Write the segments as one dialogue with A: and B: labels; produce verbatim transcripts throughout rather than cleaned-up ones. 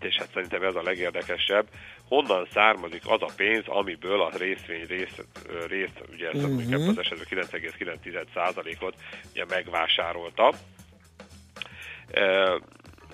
A: és hát szerintem ez a legérdekesebb, honnan származik az a pénz, amiből a részvény rész, rész ugye ez uh-huh. ebben az esetben kilenc egész kilenc százalékot ugye megvásárolta. E,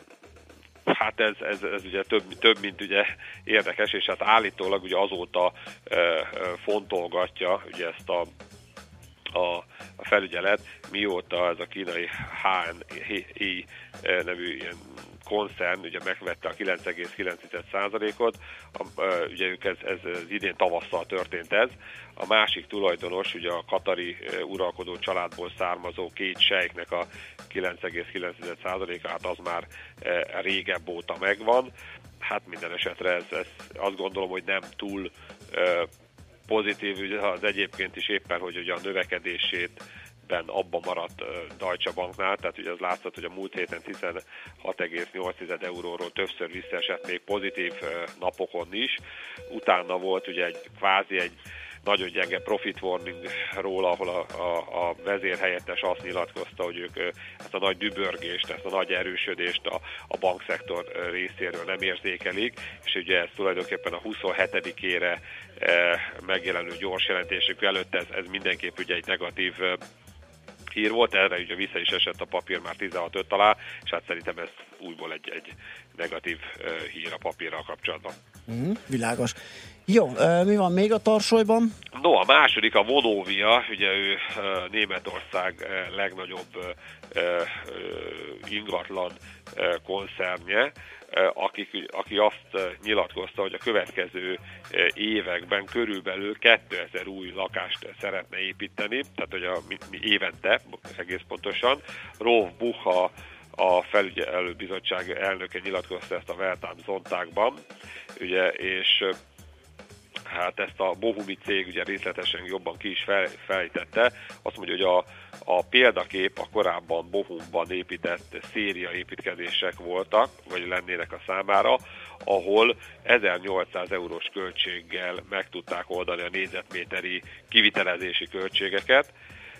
A: hát ez, ez, ez ugye több, több, mint ugye érdekes, és hát állítólag ugye azóta e, fontolgatja ugye ezt a A, a felügyelet, mióta ez a kínai há en i nevű ilyen koncern ugye megvette a kilenc egész kilenc százalékot, a, a, ugye ők ez, ez, ez idén tavasszal történt ez. A másik tulajdonos, ugye a katari uralkodó családból származó két sejknek a kilenc egész kilenc százaléka, hát az már e, régebb óta megvan. Hát minden esetre ez, ez azt gondolom, hogy nem túl e, pozitív, ugye az egyébként is éppen, hogy ugye a növekedését ben abba maradt uh, Deutsche Banknál, tehát ugye az látszott, hogy a múlt héten tizenhat egész nyolc euróról többször visszaesett még pozitív uh, napokon is. Utána volt ugye egy kvázi egy nagyon gyenge profit warningról, ahol a, a, a vezérhelyettes azt nyilatkozta, hogy ők ezt a nagy dübörgést, ezt a nagy erősödést a, a bankszektor részéről nem érzékelik, és ugye ez tulajdonképpen a huszonhetedikére eh, megjelenő gyors jelentésük előtt ez, ez mindenképp ugye egy negatív eh, hír volt, erre ugye vissza is esett a papír már tizenhat öt alá, és hát szerintem ez újból egy, egy negatív eh, hír a papírral kapcsolatban.
B: Mm, világos. Jó, mi van még a tarsolyban?
A: No, a második a Vonovia, ugye ő Németország legnagyobb ingatlan koncernje, aki, aki azt nyilatkozta, hogy a következő években körülbelül kétezer új lakást szeretne építeni, tehát hogy a, mi évente, egész pontosan. Rolf Buch, a, a felügyelőbizottság elnöke nyilatkozta ezt a Welt am Sonntagban, ugye, és hát ezt a Bohumi cég ugye részletesen jobban ki is fel, fejtette. Azt mondja, hogy a, a példakép a korábban Bohumban épített széria építkezések voltak, vagy lennének a számára, ahol ezernyolcszáz eurós költséggel meg tudták oldani a négyzetméteri kivitelezési költségeket.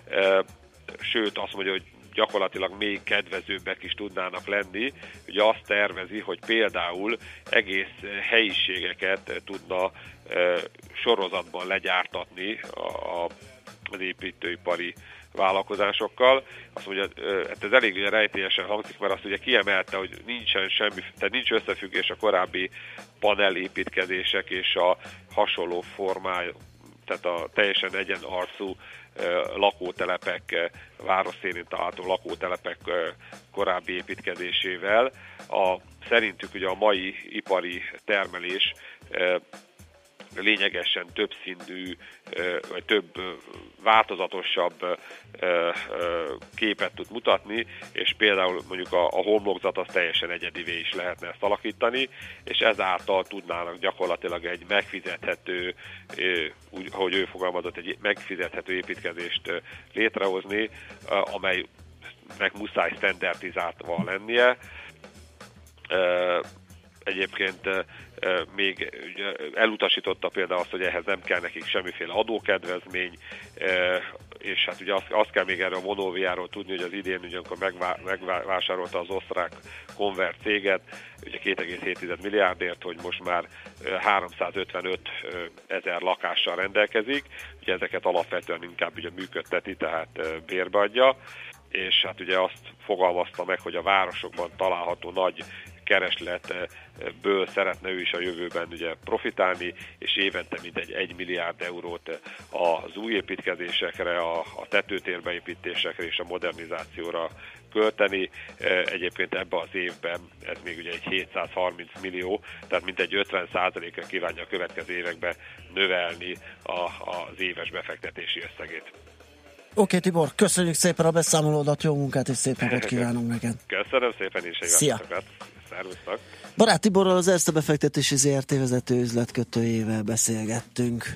A: Sőt, azt mondja, hogy gyakorlatilag még kedvezőbbek is tudnának lenni. Ugye azt tervezi, hogy például egész helyiségeket tudna e, sorozatban legyártatni a, a, az építőipari vállalkozásokkal. Azt mondja, hát ez elég ugye rejtélyesen hangzik, mert azt ugye kiemelte, hogy nincsen semmi, tehát nincs összefüggés a korábbi panelépítkezések és a hasonló formájú, tehát a teljesen egyenarcú lakótelepek, városszélén található lakótelepek korábbi építkezésével. A, szerintük ugye a mai ipari termelés lényegesen többszínű, vagy több változatosabb képet tud mutatni, és például mondjuk a, a homlokzat az teljesen egyedivé is lehetne ezt alakítani, és ezáltal tudnának gyakorlatilag egy megfizethető, úgy, ahogy ő fogalmazott, egy megfizethető építkezést létrehozni, amelynek muszáj standardizáltva lennie. Egyébként még elutasította például azt, hogy ehhez nem kell nekik semmiféle adókedvezmény, és hát ugye azt, azt kell még erről a Vonoviáról tudni, hogy az idén ugye, amikor megvá, megvásárolta az osztrák Convert céget, ugye két egész hét milliárdért, hogy most már háromszázötvenöt ezer lakással rendelkezik, ugye ezeket alapvetően inkább ugye működteti, tehát bérbe adja, és hát ugye azt fogalmazta meg, hogy a városokban található nagy keresletből szeretne ő is a jövőben ugye profitálni, és évente mintegy egy milliárd eurót az új építkezésekre, a, a tetőtérbeépítésekre és a modernizációra költeni. Egyébként ebben az évben ez még ugye egy hétszázharminc millió, tehát mintegy ötven százalékra kívánja a következő években növelni a, az éves befektetési összegét.
B: Oké, okay, Tibor, köszönjük szépen a beszámolódat, jó munkát és szép napot kívánunk neked.
A: Köszönöm szépen is,
B: Szia.
A: Szervusztok.
B: Barát Tiborral, az Erste Befektetési zé er té vezető üzletkötőjével beszélgettünk.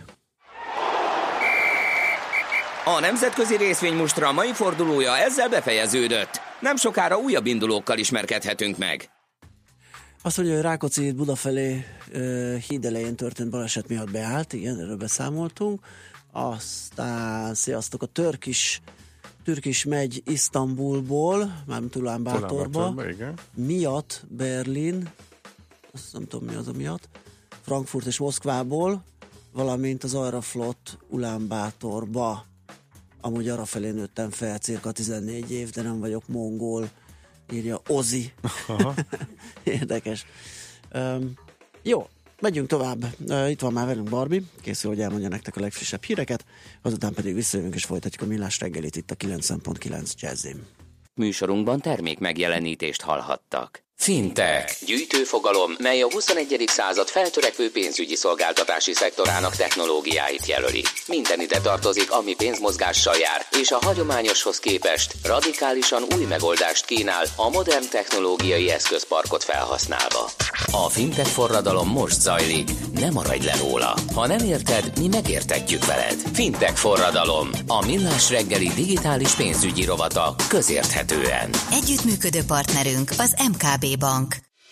C: A nemzetközi részvénymustra mai fordulója ezzel befejeződött. Nem sokára újabb indulókkal ismerkedhetünk meg.
B: Azt mondja, hogy Rákóczi Buda felé uh, híd elején történt baleset miatt beállt, igen, erről beszámoltunk. Aztán, sziasztok, a Turkish, Turkish megy Isztambulból, mármint Ulánbátorba, miatt Berlin azt nem tudom mi az amiatt, Frankfurt és Moszkvából, valamint az Aeroflot Ulánbátorba. Amúgy arra felé nőttem fel, cirka tizennégy év, de nem vagyok mongol, írja Ozi. Érdekes. Um, jó, megyünk tovább. Uh, itt van már velünk Barbie, készül, hogy elmondja nektek a legfrissebb híreket, azután pedig visszajövünk és folytatjuk a Millás reggelit itt a kilencven pont kilenc Jazzin.
C: Műsorunkban termék megjelenítést hallhattak. Fintech. Gyűjtőfogalom, mely a huszonegyedik század feltörekvő pénzügyi szolgáltatási szektorának technológiáit jelöli. Minden ide tartozik, ami pénzmozgással jár, és a hagyományoshoz képest radikálisan új megoldást kínál a modern technológiai eszközparkot felhasználva. A fintech forradalom most zajlik, ne maradj le róla. Ha nem érted, mi megértetjük veled. Fintech forradalom, a Millás reggeli digitális pénzügyi rovata közérthetően.
D: Együttműködő partnerünk az em ká bé Bank.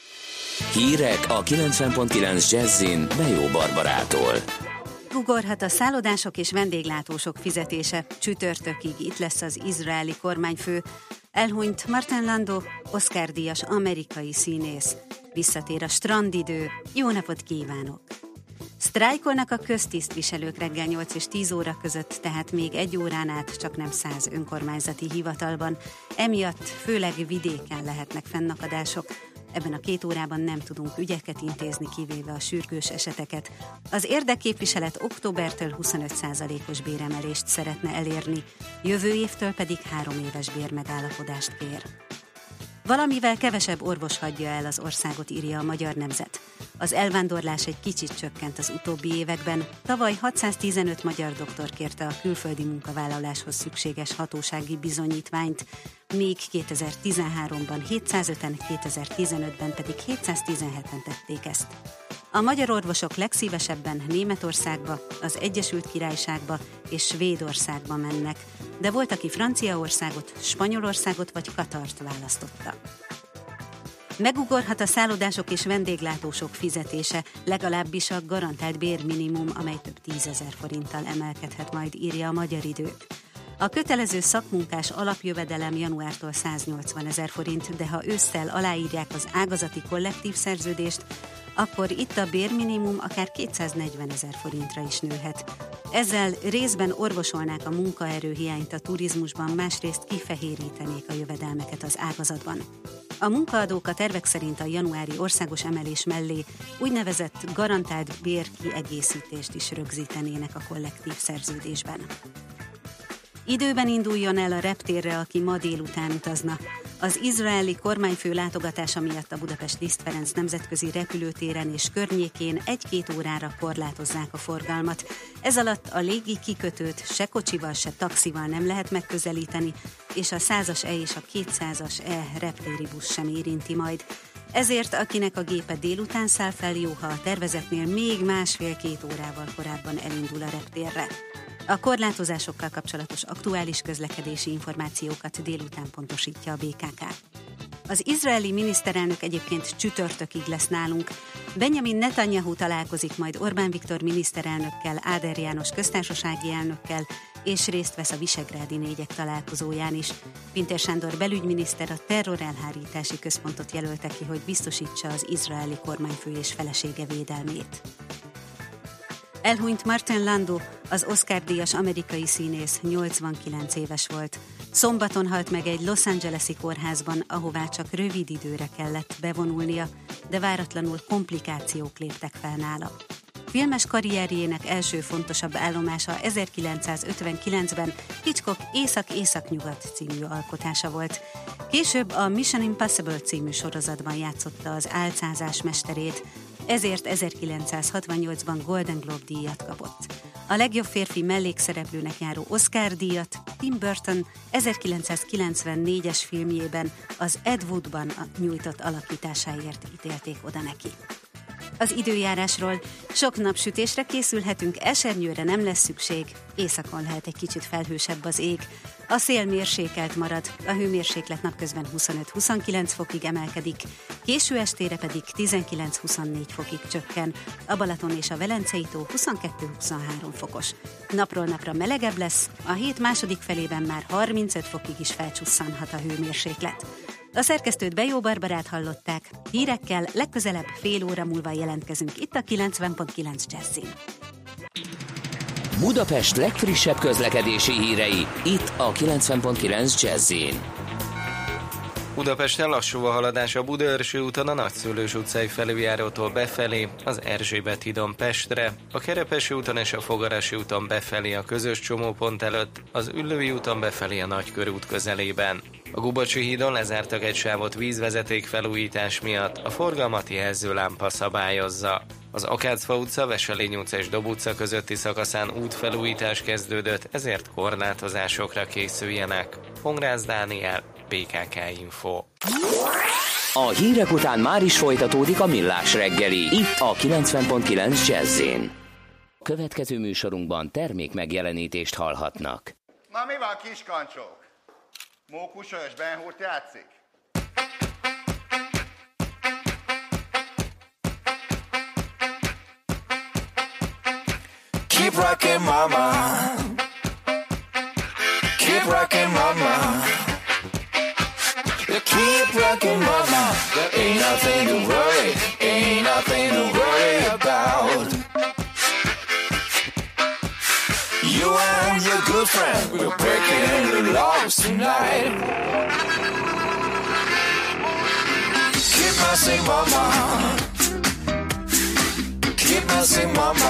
C: Hírek a kilencven pont kilenc Jazzin Bejó Barbarától.
E: Ugorhat a szállodások és vendéglátósok fizetése. Csütörtökig itt lesz az izraeli kormányfő. Elhunyt Martin Landau, Oscar-díjas amerikai színész. Visszatér a strandidő. Jó napot kívánok! Sztrájkolnak a köztisztviselők reggel nyolc és tíz óra között, tehát még egy órán át csak nem száz önkormányzati hivatalban. Emiatt főleg vidéken lehetnek fennakadások. Ebben a két órában nem tudunk ügyeket intézni, kivéve a sürgős eseteket. Az érdekképviselet októbertől huszonöt százalékos béremelést szeretne elérni, jövő évtől pedig három éves bérmegállapodást kér. Valamivel kevesebb orvos hagyja el az országot, írja a Magyar Nemzet. Az elvándorlás egy kicsit csökkent az utóbbi években. Tavaly hatszáztizenöt magyar doktor kérte a külföldi munkavállaláshoz szükséges hatósági bizonyítványt, míg kétezer-tizenháromban hétszázöten, kétezer-tizenötben pedig hétszáztizenheten tették ezt. A magyar orvosok legszívesebben Németországba, az Egyesült Királyságba és Svédországba mennek, de volt, aki Franciaországot, Spanyolországot vagy Katart választotta. Megugorhat a szállodások és vendéglátósok fizetése, legalábbis a garantált bérminimum, amely több tízezer forinttal emelkedhet majd, írja a Magyar Idők. A kötelező szakmunkás alapjövedelem januártól száznyolcvan ezer forint, de ha ősszel aláírják az ágazati kollektív szerződést, akkor itt a bérminimum akár kétszáznegyven ezer forintra is nőhet. Ezzel részben orvosolnák a munkaerőhiányt a turizmusban, másrészt kifehérítenék a jövedelmeket az ágazatban. A munkaadók a tervek szerint a januári országos emelés mellé úgynevezett garantált bérkiegészítést is rögzítenének a kollektív szerződésben. Időben induljon el a reptérre, aki ma délután utazna. Az izraeli kormányfő látogatása miatt a Budapest Liszt Ferenc nemzetközi repülőtéren és környékén egy-két órára korlátozzák a forgalmat. Ez alatt a légi kikötőt se kocsival, se taxival nem lehet megközelíteni, és a százas E és a kétszázas E reptéri busz sem érinti majd. Ezért akinek a gépe délután száll fel, jó, ha a tervezetnél még másfél-két órával korábban elindul a reptérre. A korlátozásokkal kapcsolatos aktuális közlekedési információkat délután pontosítja a bé ká ká. Az izraeli miniszterelnök egyébként csütörtökig lesz nálunk. Benjamin Netanyahu találkozik majd Orbán Viktor miniszterelnökkel, Áder János köztársasági elnökkel, és részt vesz a Visegrádi négyek találkozóján is. Pintér Sándor belügyminiszter a terrorelhárítási központot jelölte ki, hogy biztosítsa az izraeli kormányfő és felesége védelmét. Elhunyt Martin Landau, az Oscar-díjas amerikai színész, nyolcvankilenc éves volt. Szombaton halt meg egy Los Angeles-i kórházban, ahová csak rövid időre kellett bevonulnia, de váratlanul komplikációk léptek fel nála. Filmes karrierjének első fontosabb állomása ezerkilencszázötvenkilencben Hitchcock Észak-Északnyugat című alkotása volt. Később a Mission Impossible című sorozatban játszotta az álcázás mesterét, ezért ezerkilencszázhatvannyolcban Golden Globe díjat kapott. A legjobb férfi mellékszereplőnek járó Oscar-díjat Tim Burton ezerkilencszázkilencvennégyes filmjében, az Ed Woodban nyújtott alakításáért ítélték oda neki. Az időjárásról: sok napsütésre készülhetünk, esernyőre nem lesz szükség, északon lehet egy kicsit felhősebb az ég. A szél mérsékelt marad, a hőmérséklet napközben huszonöt-huszonkilenc fokig emelkedik, késő estére pedig tizenkilenc-huszonnégy fokig csökken, a Balaton és a Velencei-tó huszonkettő-huszonhárom fokos. Napról napra melegebb lesz, a hét második felében már harmincöt fokig is felcsusszanhat a hőmérséklet. A szerkesztőt Bejó Barbarát hallották. Hírekkel legközelebb fél óra múlva jelentkezünk itt a kilencven pont kilenc Jazzin.
C: Budapest legfrissebb közlekedési hírei, itt a kilencven pont kilenc Jazzin.
F: Budapesten lassú a haladás a Budaörső úton a Nagyszőlős utcai felüljárótól befelé, az Erzsébet hídon Pestre, a Kerepesi úton és a Fogarasi úton befelé a közös csomópont előtt, az Üllői úton befelé a Nagykörút közelében. A Gubacsi hídon lezártak egy sávot vízvezeték felújítás miatt, a forgalmat jelzőlámpa szabályozza. Az Akácfa utca, Veselény utca és Dob utca közötti szakaszán útfelújítás kezdődött, ezért korlátozásokra készüljenek. Pongrász Dániel, bé ká ká Info.
C: A hírek után már is folytatódik a Millás reggeli, itt a kilencven pont kilenc Jazzin. Következő műsorunkban termék megjelenítést hallhatnak.
G: Na mi van, kiskancsók? Mókusos Ben Hurt játszik?
H: Keep rocking, mama. Keep rocking, mama. You keep rocking, mama. There ain't nothing to worry, ain't nothing to worry about. You and your good friend, we're breaking the laws tonight. Keep messing, mama. Keep messing, mama.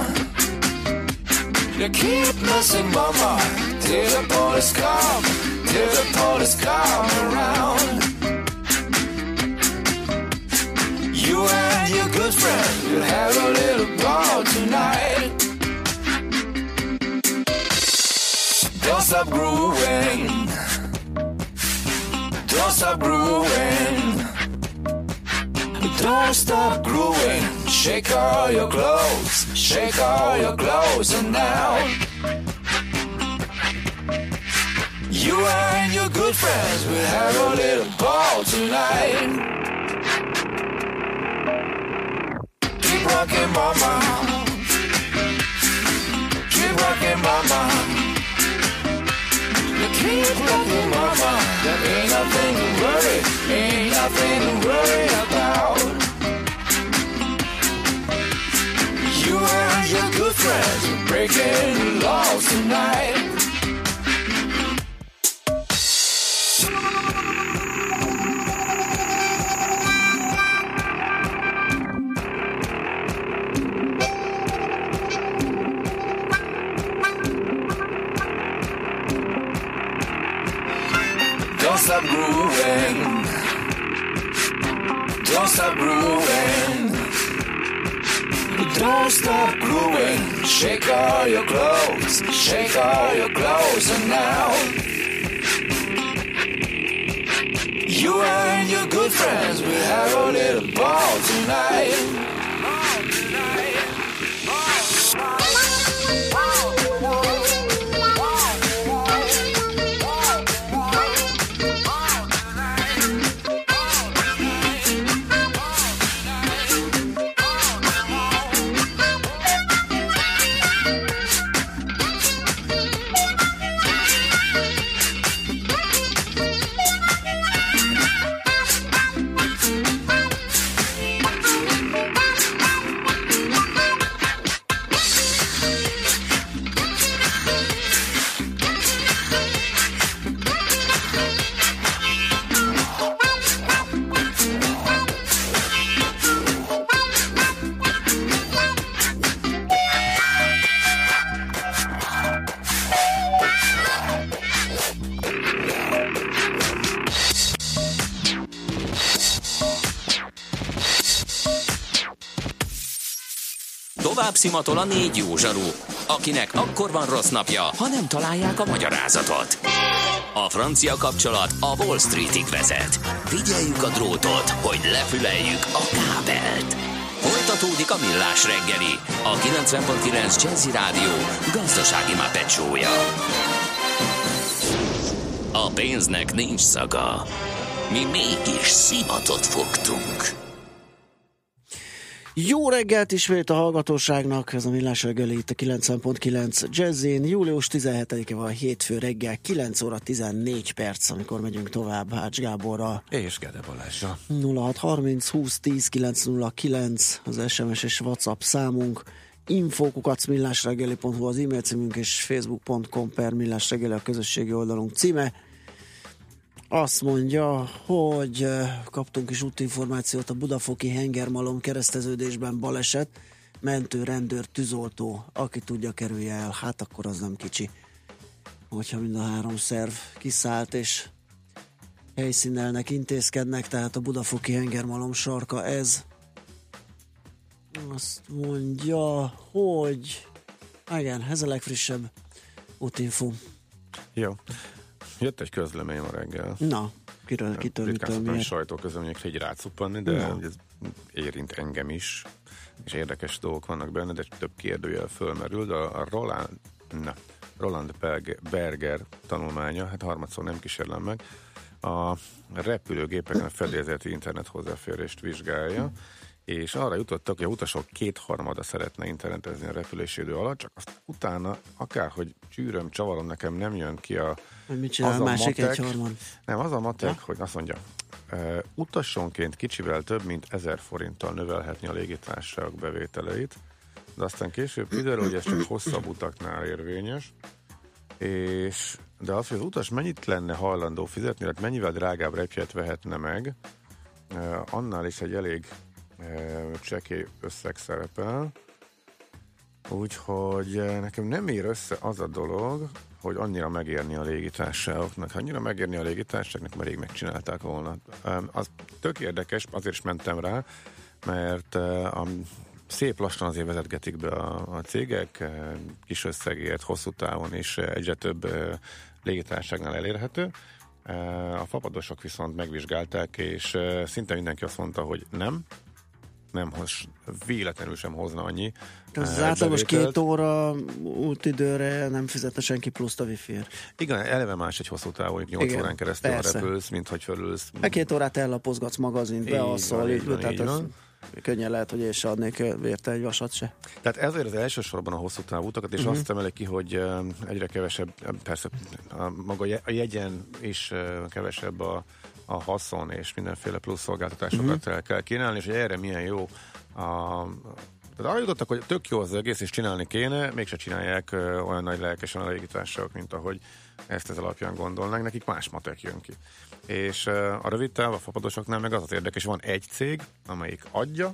H: You keep messing, mama, till the police come, till the police come around. You and your good friend will have a little ball tonight. Don't stop grooving, don't stop grooving, don't stop grooving. Shake all your clothes, shake all your clothes, and now you and your good friends will have a little ball tonight. Keep rocking, mama. Keep rocking, mama. You keep rocking, mama. There ain't nothing to worry, ain't nothing to worry about. You and your good friends are breaking the laws tonight. Don't stop grooving. Don't stop grooving. Don't stop grooving. Shake all your clothes. Shake all your clothes. And now you and your good friends will have a little ball tonight.
C: Tovább szimatol a négy jó zsaru, akinek akkor van rossz napja, ha nem találják a magyarázatot. A francia kapcsolat a Wall Streetig vezet. Figyeljük a drótot, hogy lefüleljük a kábelt. Folytatódik a Millás reggeli, a kilencven pont kilenc Jazzy Rádió gazdasági Muppet show-ja. A pénznek nincs szaga. Mi mégis szimatot fogtunk.
B: Jó reggelt ismét a hallgatóságnak, ez a Millás reggeli itt a kilencven pont kilenc Jazzin. Július tizenhetedike van, hétfő reggel, kilenc óra tizennégy perc, amikor megyünk tovább Ács Gáborral.
I: És Gede Balázsra.
B: nulla hat harminc húsz tíz kilenc nulla kilenc az es em es és WhatsApp számunk. info kukac millásreggeli pont hu az e-mail címünk, és facebook pont com per millásreggeli a közösségi oldalunk címe. Azt mondja, hogy kaptunk is útinformációt, a budafoki hengermalom kereszteződésben baleset, mentő, rendőr, tűzoltó, aki tudja, kerülje el. Hát akkor az nem kicsi, hogyha mind a három szerv kiszállt és helyszínelnek, intézkednek, tehát a budafoki hengermalom sarka ez. Azt mondja, hogy igen, ez a legfrissebb útinfo.
I: Jó. Jött egy közlemény ma reggel.
B: Na, kiről, kitől, mitől, miért?
I: Sajtóközleményekre így rácuppanni, de no. ez érint engem is, és érdekes dolgok vannak benne, de több kérdőjel fölmerül, de a Roland, na, Roland Berger tanulmánya, hát harmadszor nem kísérlem meg, a repülőgépeken a fedélzeti internet hozzáférést vizsgálja, és arra jutottak, hogy a utasok kétharmada szeretne internetezni a repülési idő alatt, csak azt utána, akárhogy csűröm, csavarom, nekem nem jön ki a
B: mit csinál az a másik matek, egyharmad?
I: Nem, az a matek, ja? Hogy azt mondja, uh, utasonként kicsivel több, mint ezer forinttal növelhetni a légitársaságok bevételeit, de aztán később kiderül, hogy ez csak hosszabb utaknál érvényes, és de az, hogy az utas mennyit lenne hajlandó fizetni, illetve mennyivel drágább repjegyet vehetne meg, uh, annál is egy elég csekély összeg szerepel, úgyhogy nekem nem ér össze az a dolog, hogy annyira megérni a légitársaságoknak. Ha annyira megérni a légitársaságnak, már rég megcsinálták volna. Az tök érdekes, azért is mentem rá, mert a, szép lassan azért vezetgetik be a, a cégek, kis összegért, hosszú távon is egyre több légitársaságnál elérhető. A fapadosok viszont megvizsgálták, és szinte mindenki azt mondta, hogy nem, nem hoz, véletlenül sem hozna annyi.
B: Az átlagos két óra útidőre nem fizetne senki pluszt a wifi-ért.
I: Igen, eleve más egy hosszú távú, nyolc igen, órán keresztül persze. repülsz, mint hogy fölülsz.
B: E két órát ellapozgatsz magazint, beasszol, tehát ez könnyen lehet, hogy én se adnék érte egy vasat se.
I: Tehát ezért az elsősorban a hosszú távú utakat, és uh-huh. azt emelek ki, hogy egyre kevesebb, persze a maga a jegyen is kevesebb a a haszon és mindenféle plusz szolgáltatásokat uh-huh. kell kínálni, és hogy erre milyen jó a... Tehát arra jutottak, hogy tök jó az egész, és csinálni kéne, mégse csinálják ö, olyan nagy lelkesen a légitársaságok, mint ahogy ezt ez alapján gondolnánk, nekik más matek jön ki. És ö, a rövid táv, a fapadosoknál meg az az érdekes, van egy cég, amelyik adja,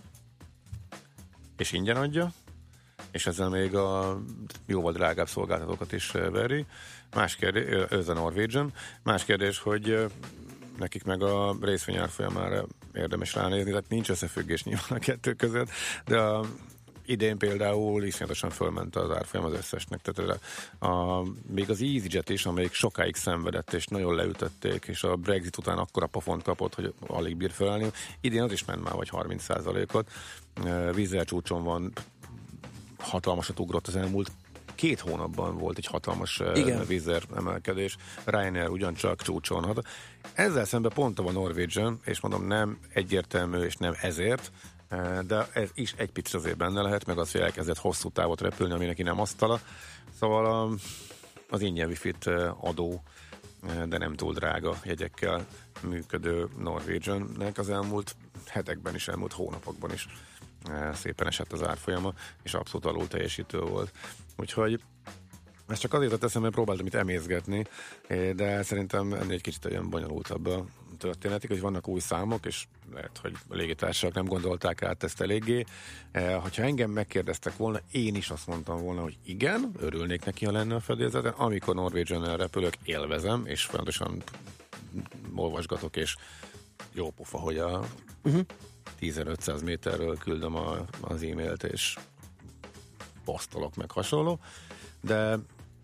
I: és ingyen adja, és ezzel még a jóval drágább szolgáltatókat is veri. Más kérdés, ez a Norwegian. Más kérdés, hogy nekik meg a részvényárfolyamára érdemes ránézni, tehát nincs összefüggés nyilván a kettő között, de a, idén például iszonyatosan fölment az árfolyam az összesnek, tehát a, a, még az EasyJet is, amelyik sokáig szenvedett, és nagyon leütötték, és a Brexit után akkora pofont kapott, hogy alig bír felállni. Idén az is ment már vagy harminc százalékot. Wizz Air csúcson van, hatalmasat ugrott az elmúlt két hónapban volt egy hatalmas uh, Wizz Air emelkedés, Ryanair ugyancsak csúcson hat. Ezzel szemben pont a Norwegian, és mondom, nem egyértelmű, és nem ezért, uh, de ez is egy picit azért benne lehet, meg az, hogy elkezdett hosszú távot repülni, ami neki nem asztala. Szóval a, az ingyen wifi-t uh, adó, uh, de nem túl drága jegyekkel működő Norwegiannek az elmúlt hetekben is, elmúlt hónapokban is szépen esett az árfolyama, és abszolút alul teljesítő volt. Úgyhogy ez csak azért teszem, mert próbáltam itt emészgetni, de szerintem ennél egy kicsit olyan bonyolultabb a történetik, hogy vannak új számok, és lehet, hogy a légitársaságok nem gondolták át ezt eléggé. Ha engem megkérdeztek volna, én is azt mondtam volna, hogy igen, örülnék neki, ha lenne a fedélzeten. Amikor Norwegian-nel repülök, élvezem, és folyamatosan olvasgatok, és jó pofa, hogy a uh-huh. tízezer-ötszáz méterről küldöm a, az e-mailt, és posztolok, meg hasonló, de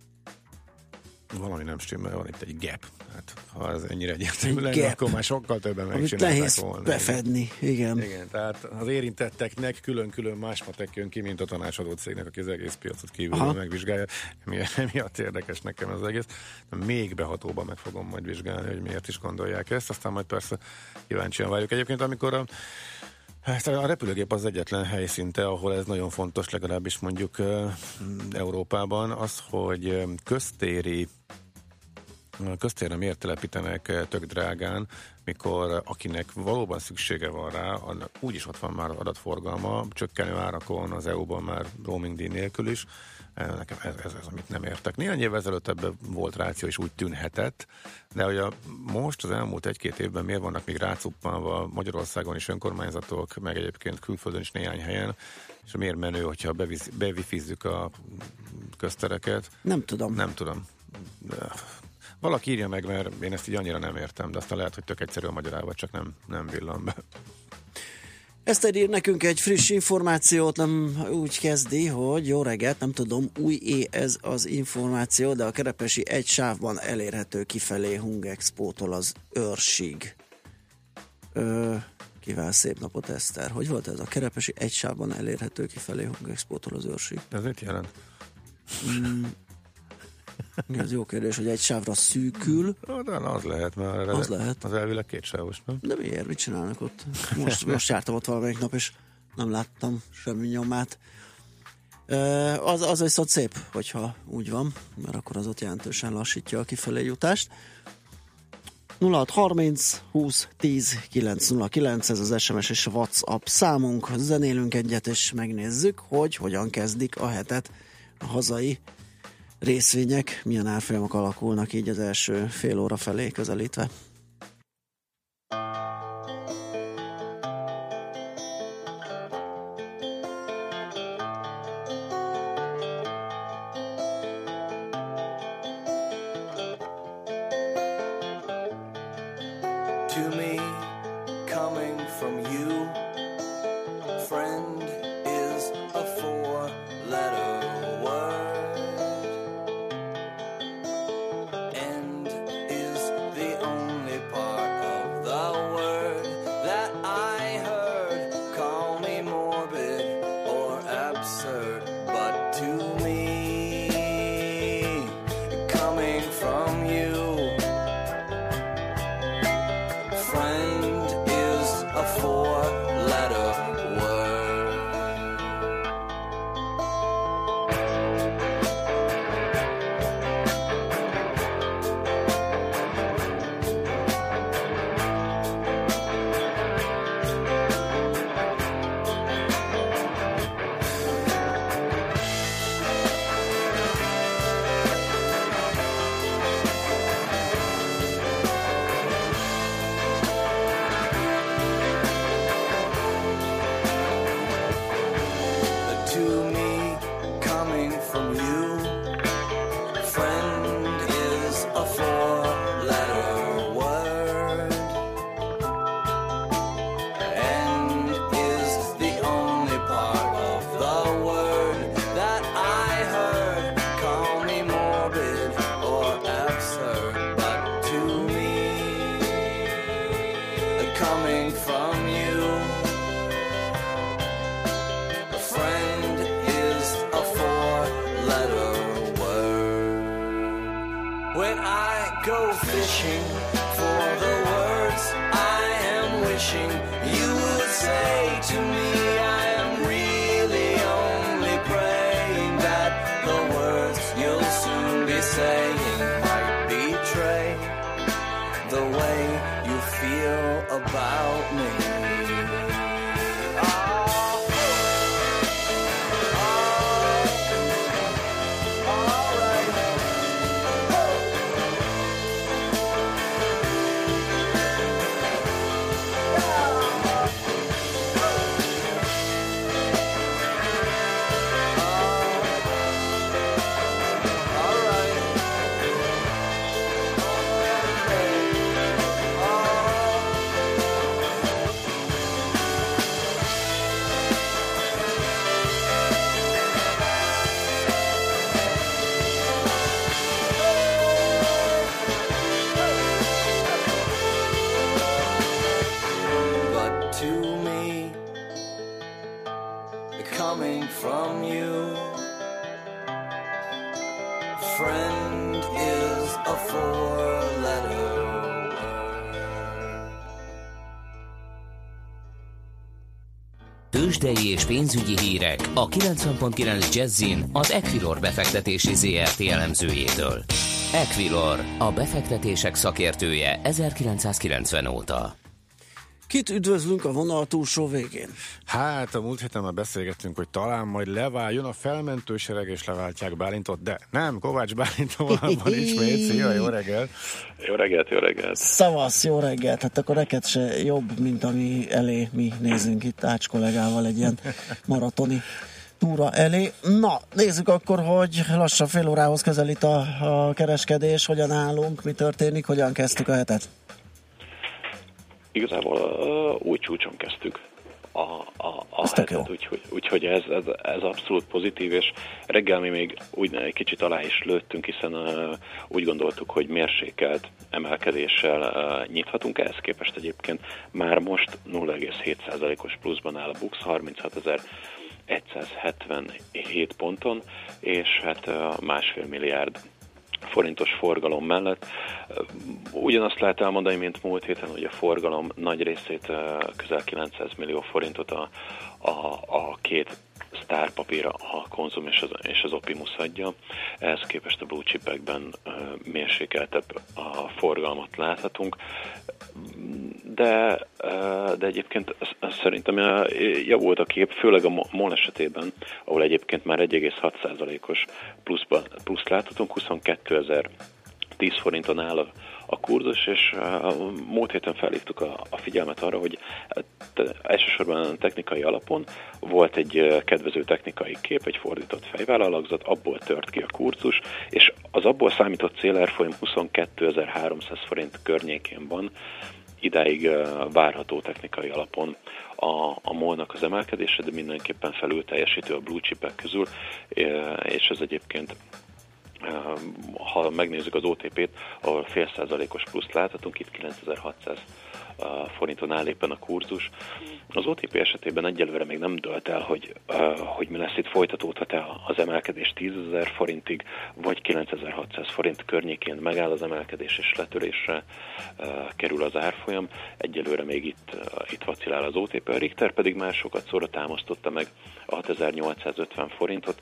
I: valami nem stimmel, van itt egy gap. Hát, ha ez ennyire egyértelmű lenne, akkor már sokkal többen megcsinálták volna.
B: Befedni, igen.
I: Igen, tehát az érintetteknek külön-külön más matek jön ki, mint a tanácsadó cégnek, aki az egész piacot kívülről megvizsgálja. Emiatt érdekes nekem az egész. Még behatóban meg fogom majd vizsgálni, hogy miért is gondolják ezt, aztán majd persze kíváncsian várjuk. Egyébként, amikor a Hát a repülőgép az egyetlen helyszínte, ahol ez nagyon fontos, legalábbis mondjuk uh, Európában, az, hogy köztéri köztérre miért telepítenek tök drágán, mikor akinek valóban szüksége van rá, annak úgyis ott van már adatforgalma, csökkenő árakon az é u-ban már roaming díj nélkül is. Nekem ez, ez, ez, amit nem értek. Néhány évvel ezelőtt ebben volt ráció, és úgy tűnhetett, de hogy a, most az elmúlt egy-két évben miért vannak még rácuppanva Magyarországon is önkormányzatok, meg egyébként külföldön is néhány helyen, és miért menő, hogyha beviz, bevifizzük a köztereket?
B: Nem tudom.
I: Nem tudom. De valaki írja meg, mert én ezt így annyira nem értem, de aztán lehet, hogy tök egyszerű a magyarában, csak nem, nem villan be.
B: Eszter ír nekünk egy friss információt, nem úgy kezdi, hogy jó reggelt, nem tudom, új ez az információ, de a Kerepesi egy sávban elérhető kifelé Hungexpótól az Őrsig. Ö, kíván szép napot, Eszter. Hogy volt ez? A Kerepesi egy sávban elérhető kifelé Hungexpótól az Őrsig?
I: Ez mit jelent?
B: Mm. Ez jó kérdés, hogy egy sávra szűkül.
I: De az lehet, mert az, lehet. Az elvileg két sávos, nem?
B: De miért? Mit csinálnak ott? Most, most jártam ott valamelyik nap, és nem láttam semmi nyomát. Az, az viszont szép, hogyha úgy van, mert akkor az ott jelentősen lassítja a kifelé jutást. nulla hat harminc húsz tíz kilenc nulla kilenc, ez az es em es és a WhatsApp számunk. Zenélünk egyet, és megnézzük, hogy hogyan kezdik a hetet a hazai részvények, milyen árfolyamok alakulnak így az első fél óra felé közelítve.
H: To me, coming from you, friend is a four-letter word.
C: tőzsdei és pénzügyi hírek a kilencven pont kilenc Jazzin az Equilor befektetési zé er té elemzőjétől. Equilor, a befektetések szakértője ezerkilencszázkilencven óta.
B: Kit üdvözlünk a vonal túlsó végén?
I: Hát a múlt héten már beszélgettünk, hogy talán majd leváljon a felmentősereg és leváltják Bálintot, de nem, Kovács Bálint vonalban ismét. Szia, jó reggelt!
J: Jó reggelt, jó reggelt!
B: Szavasz, jó reggelt! Hát akkor neked se jobb, mint ami elé mi nézünk itt Ács kollégával egy ilyen maratoni túra elé. Na, nézzük akkor, hogy lassan fél órához közelít a, a kereskedés, hogyan állunk, mi történik, hogyan kezdtük a hetet?
J: Igazából uh, új csúcson kezdtük a, a, a hetet, úgyhogy, úgyhogy ez, ez, ez abszolút pozitív, és reggel mi még úgy egy kicsit alá is lőttünk, hiszen uh, úgy gondoltuk, hogy mérsékelt emelkedéssel uh, nyithatunk, ehhez képest egyébként már most nulla egész hét százalékos pluszban áll a BUX harminchatezeregyszázhetvenhét ponton, és hát uh, másfél milliárd forintos forgalom mellett. Ugyanazt lehet elmondani, mint múlt héten, hogy a forgalom nagy részét, közel kilencszáz millió forintot a, a, a két sztárpapír, a Konzum és az, és az Opimus adja. Ehhez képest a blue chipekben mérsékeltebb a forgalmat láthatunk. De, de egyébként szerintem javult a kép, főleg a MOL esetében, ahol egyébként már egy egész hat százalékos pluszba, pluszt láthatunk, huszonkétezer-tíz forinton áll a, a kurzus, és a múlt héten felhívtuk a, a figyelmet arra, hogy elsősorban technikai alapon volt egy kedvező technikai kép, egy fordított fejvállalagzat, abból tört ki a kurzus, és az abból számított célárfolyam huszonkétezer-háromszáz forint környékén van, idáig várható technikai alapon a, a MOL-nak az emelkedése, de mindenképpen felül teljesítő a blue chipek közül, és ez egyébként, ha megnézzük az o té pét, ahol fél százalékos pluszt láthatunk, itt kilencezer-hatszáz forinton áll éppen a kurzus. Az o té pé esetében egyelőre még nem dölt el, hogy, hogy mi lesz itt, folytatódhat-e az emelkedés tízezer forintig, vagy kilencezer-hatszáz forint környékén megáll az emelkedés és letörésre kerül az árfolyam. Egyelőre még itt, itt vacilál az o té pé, a Richter pedig már sokat szóra támasztotta meg a hatezer-nyolcszázötven forintot.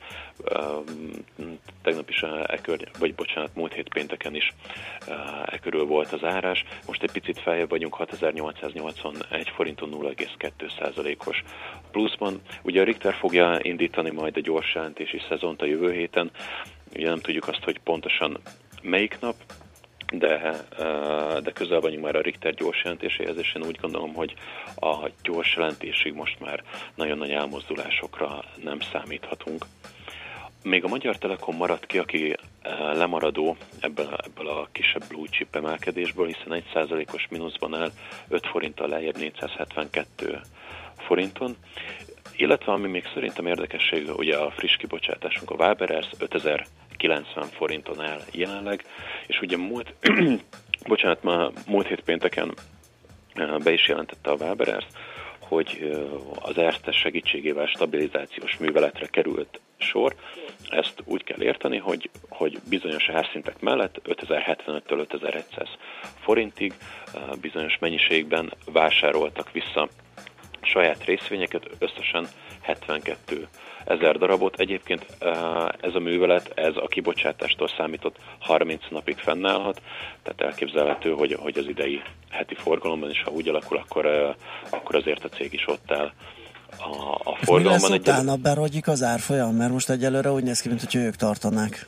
J: Tegnap is, e kör, vagy bocsánat, múlt hét pénteken is e körül volt az árás. Most egy picit feljebb vagyunk, hatezer-nyolcszáznyolcvanegy forinton, nulla egész kettő százalékos pluszban. Ugye a Richter fogja indítani majd a gyors jelentési szezont a jövő héten. Ugye nem tudjuk azt, hogy pontosan melyik nap, de, de közel vagyunk már a Richter gyors jelentéséhez, és én úgy gondolom, hogy a gyors jelentésig most már nagyon nagy elmozdulásokra nem számíthatunk. Még a Magyar Telekom maradt ki, aki lemaradó ebből, ebből a kisebb blue chip emelkedésből, hiszen egy százalékos mínuszban áll, öt forinttal lejjebb négyszázhetvenkettő forinton. Illetve ami még szerintem érdekesség, ugye a friss kibocsátásunk, a Waberers ötezer-kilencven forinton áll jelenleg, és ugye múlt, bocsánat, már múlt hét pénteken be is jelentette a Waberers, hogy az ERSZTES segítségével stabilizációs műveletre került sor. Ezt úgy kell érteni, hogy, hogy bizonyos árszintek mellett ötezer-hetvenöttől ötezer-száz forintig bizonyos mennyiségben vásároltak vissza saját részvényeket, összesen hetvenkettő ezer darabot. Egyébként ez a művelet, ez a kibocsátástól számított harminc napig fennállhat, tehát elképzelhető, hogy, hogy az idei heti forgalomban is, ha úgy alakul, akkor, akkor azért a cég is ott áll a, a forgalomban. Mi lesz
B: utána, egy... berogyik az árfolyam? Mert most egyelőre úgy néz ki, mint hogy ők tartanák.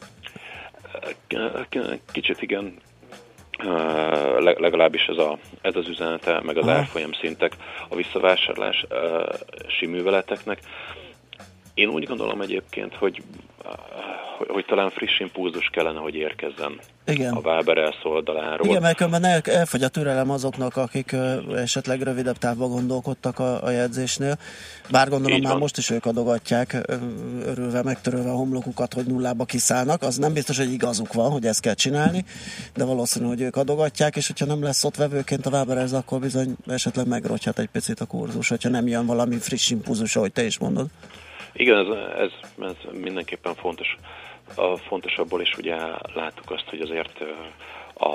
J: Kicsit igen. Legalábbis ez, a, ez az üzenete, meg az Aha. árfolyam szintek a visszavásárlási műveleteknek. Én úgy gondolom egyébként, hogy, hogy, hogy talán friss impulzus kellene, hogy érkezzen Igen. a Waberers oldaláról.
B: Igen, mert különben el, elfogy a türelem azoknak, akik ö, esetleg rövidebb távban gondolkodtak a, a jegyzésnél. Bár gondolom már most is ők adogatják, ö, örülve, megtörölve a homlokukat, hogy nullába kiszállnak. Az nem biztos, hogy igazuk van, hogy ezt kell csinálni, de valószínű, hogy ők adogatják, és hogyha nem lesz ott vevőként a Waberers, akkor bizony esetleg megrogyhat egy picit a kurzus, hogyha nem jön valami friss impulzus, ahogy te is mondod.
J: Igen, ez, ez, ez mindenképpen fontos. A fontosabbból is ugye láttuk azt, hogy azért a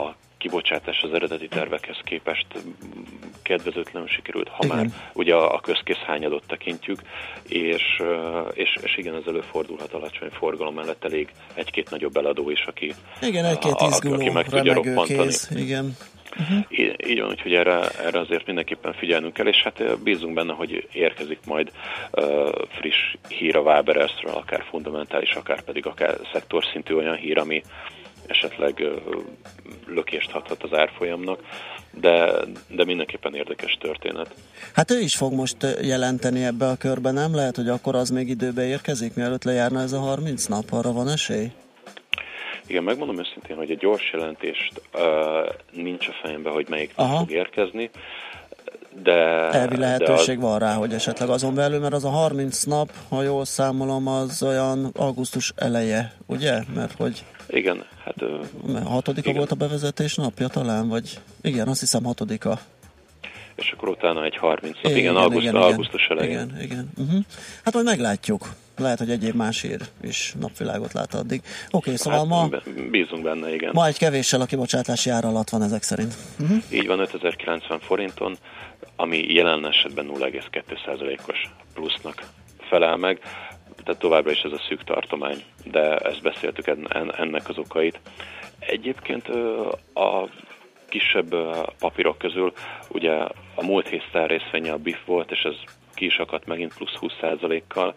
J: kibocsátás az eredeti tervekhez képest kedvezőtlenül sikerült, ha
B: igen.
J: már ugye a közkész hányadot tekintjük, és, és, és igen, ez előfordulhat alacsony forgalom mellett elég egy-két nagyobb eladó is, aki,
B: igen, egy-két
J: a,
B: izguló,
J: aki meg tudja roppantani.
B: Kéz, igen.
J: Uh-huh. Így, így van, úgyhogy erre, erre azért mindenképpen figyelnünk kell, és hát bízunk benne, hogy érkezik majd uh, friss hír a Wabererről, akár fundamentális, akár pedig akár szektorszintű olyan hír, ami esetleg uh, lökést hathat az árfolyamnak, de, de mindenképpen érdekes történet.
B: Hát ő is fog most jelenteni ebbe a körbe, nem? Lehet, hogy akkor az még időbe érkezik, mielőtt lejárna ez a harminc nap, arra van esély?
J: Igen, megmondom őszintén, hogy a gyors jelentést uh, nincs a fejemben, hogy melyik nap fog érkezni, de...
B: Elvi lehetőség
J: de az...
B: van rá, hogy esetleg azon belül, mert az a harminc nap, ha jól számolom, az olyan augusztus eleje, ugye? Mert hogy...
J: Igen, hát... Uh,
B: hatodika
J: igen.
B: volt a bevezetés napja talán, vagy... Igen, azt hiszem hatodika.
J: És akkor utána egy harminc nap,
B: igen,
J: igen, augusztus,
B: igen,
J: augusztus elején.
B: Igen, igen. Uh-huh. Hát majd meglátjuk. Lehet, hogy egyéb más ír is napvilágot lát addig. Oké, okay, szóval
J: hát,
B: ma...
J: Bízunk benne, igen.
B: Ma egy kevéssel a kibocsátási ár alatt van ezek szerint. Uh-huh.
J: Így van, ötezer-kilencven forinton, ami jelen esetben nulla egész kettő százalékos plusznak felel meg. Tehát továbbra is ez a szűk tartomány, de ezt beszéltük en- ennek az okait. Egyébként a kisebb papírok közül, ugye a múlt hét sztár részvénye a bé i ef volt, és ez ki is akadt megint plusz húsz százalékkal.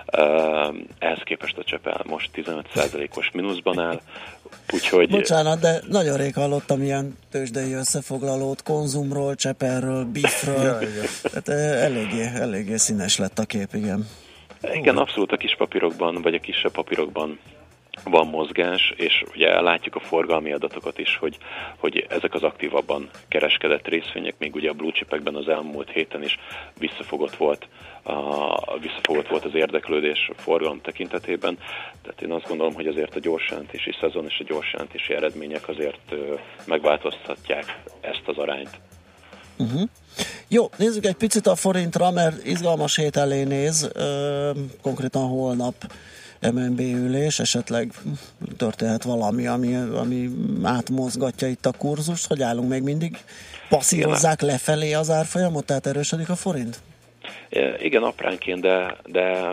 J: Ehhez képest a Csepel most tizenöt százalékos mínuszban áll, úgyhogy...
B: Bocsánat, de nagyon rég hallottam ilyen tőzsdei összefoglalót, Konzumról, Csepelről, bé i ef-ről, tehát eléggé, eléggé színes lett a kép, igen.
J: Igen, abszolút a kis papírokban, vagy a kisebb papírokban van mozgás, és ugye látjuk a forgalmi adatokat is, hogy, hogy ezek az aktívabban kereskedett részvények, még ugye a blue chipekben az elmúlt héten is visszafogott volt, a, visszafogott volt az érdeklődés forgalom tekintetében. Tehát én azt gondolom, hogy azért a gyorsjelentési szezon és a gyorsjelentési eredmények azért megváltoztatják ezt az arányt.
B: Uh-huh. Jó, nézzük egy picit a forintra, mert izgalmas hét elé néz, ö, konkrétan holnap em en bé ülés, esetleg történhet valami, ami, ami átmozgatja itt a kurzust, hogy állunk még mindig, passzírozzák igen, lefelé az árfolyamot, tehát erősödik a forint?
J: Igen, apránként, de, de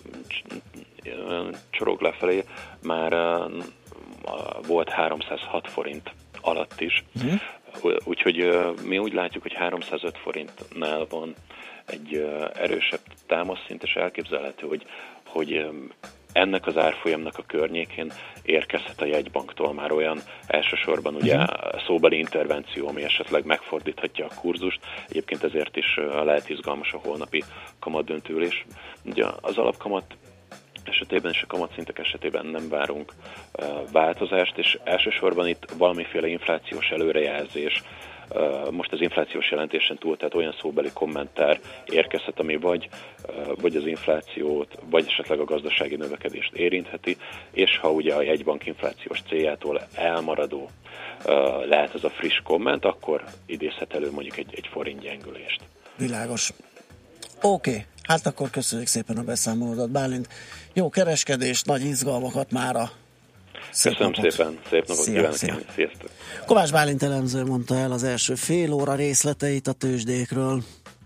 J: csorog lefelé, már volt háromszázhat forint alatt is, uh-huh. Úgyhogy mi úgy látjuk, hogy háromszázöt forintnál van egy erősebb támaszszint, és elképzelhető, hogy, hogy ennek az árfolyamnak a környékén érkezhet a jegybanktól már olyan elsősorban ugye uh-huh. szóbeli intervenció, ami esetleg megfordíthatja a kurzust. Egyébként ezért is lehet izgalmas a holnapi kamatdöntőülés. Ugye az alapkamat esetében és a kamatszintek esetében nem várunk uh, változást, és elsősorban itt valamiféle inflációs előrejelzés, uh, most az inflációs jelentésen túl, tehát olyan szóbeli kommentár érkezhet, ami vagy, uh, vagy az inflációt, vagy esetleg a gazdasági növekedést érintheti, és ha ugye a jegybank inflációs céljától elmaradó uh, lehet ez a friss komment, akkor idézhet elő mondjuk egy, egy forint gyengülést.
B: Világos. Oké. Okay. Hát akkor köszönjük szépen a beszámolódat, Bálint. Jó kereskedést, nagy izgalmakat mára.
J: Szép Köszönöm napot. Szépen, szép napot kívánok. Sziasztok.
B: Kovács Bálint elemző mondta el az első fél óra részleteit a tőzsdékről.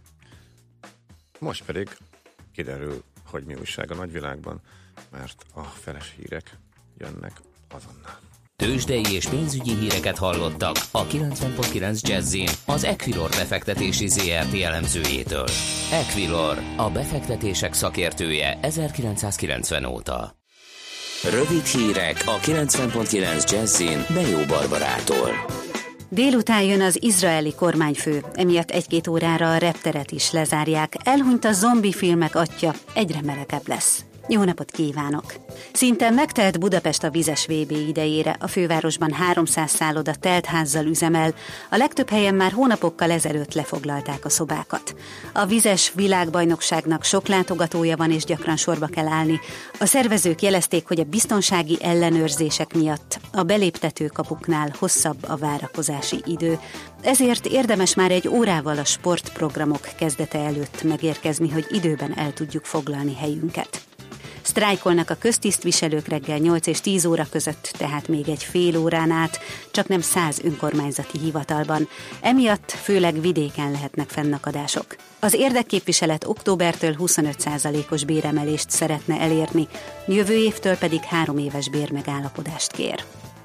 I: Most pedig kiderül, hogy mi újság a nagyvilágban, mert a feles hírek jönnek azonnal.
C: Tőzsdei és pénzügyi híreket hallottak a kilencven pont kilenc Jazzin az Equilor befektetési zé er té elemzőjétől. Equilor, a befektetések szakértője ezerkilencszázkilencven óta. Rövid hírek a kilencven pont kilenc Jazzin Bejó Barbarától.
E: Délután jön az izraeli kormányfő, emiatt egy-két órára a repteret is lezárják. Elhunyt a zombi filmek atya, egyre melegebb lesz. Jó napot kívánok! Szinte megtelt Budapest a vizes vé bé idejére, a fővárosban háromszáz szálloda teltházzal üzemel, a legtöbb helyen már hónapokkal ezelőtt lefoglalták a szobákat. A vizes világbajnokságnak sok látogatója van és gyakran sorba kell állni. A szervezők jelezték, hogy a biztonsági ellenőrzések miatt a beléptető kapuknál hosszabb a várakozási idő. Ezért érdemes már egy órával a sportprogramok kezdete előtt megérkezni, hogy időben el tudjuk foglalni helyünket. Sztrájkolnak a köztisztviselők reggel nyolc és tíz óra között, tehát még egy fél órán át, csak nem száz önkormányzati hivatalban. Emiatt főleg vidéken lehetnek fennakadások. Az érdekképviselet októbertől huszonöt százalékos béremelést szeretne elérni, jövő évtől pedig három éves bérmegállapodást kér.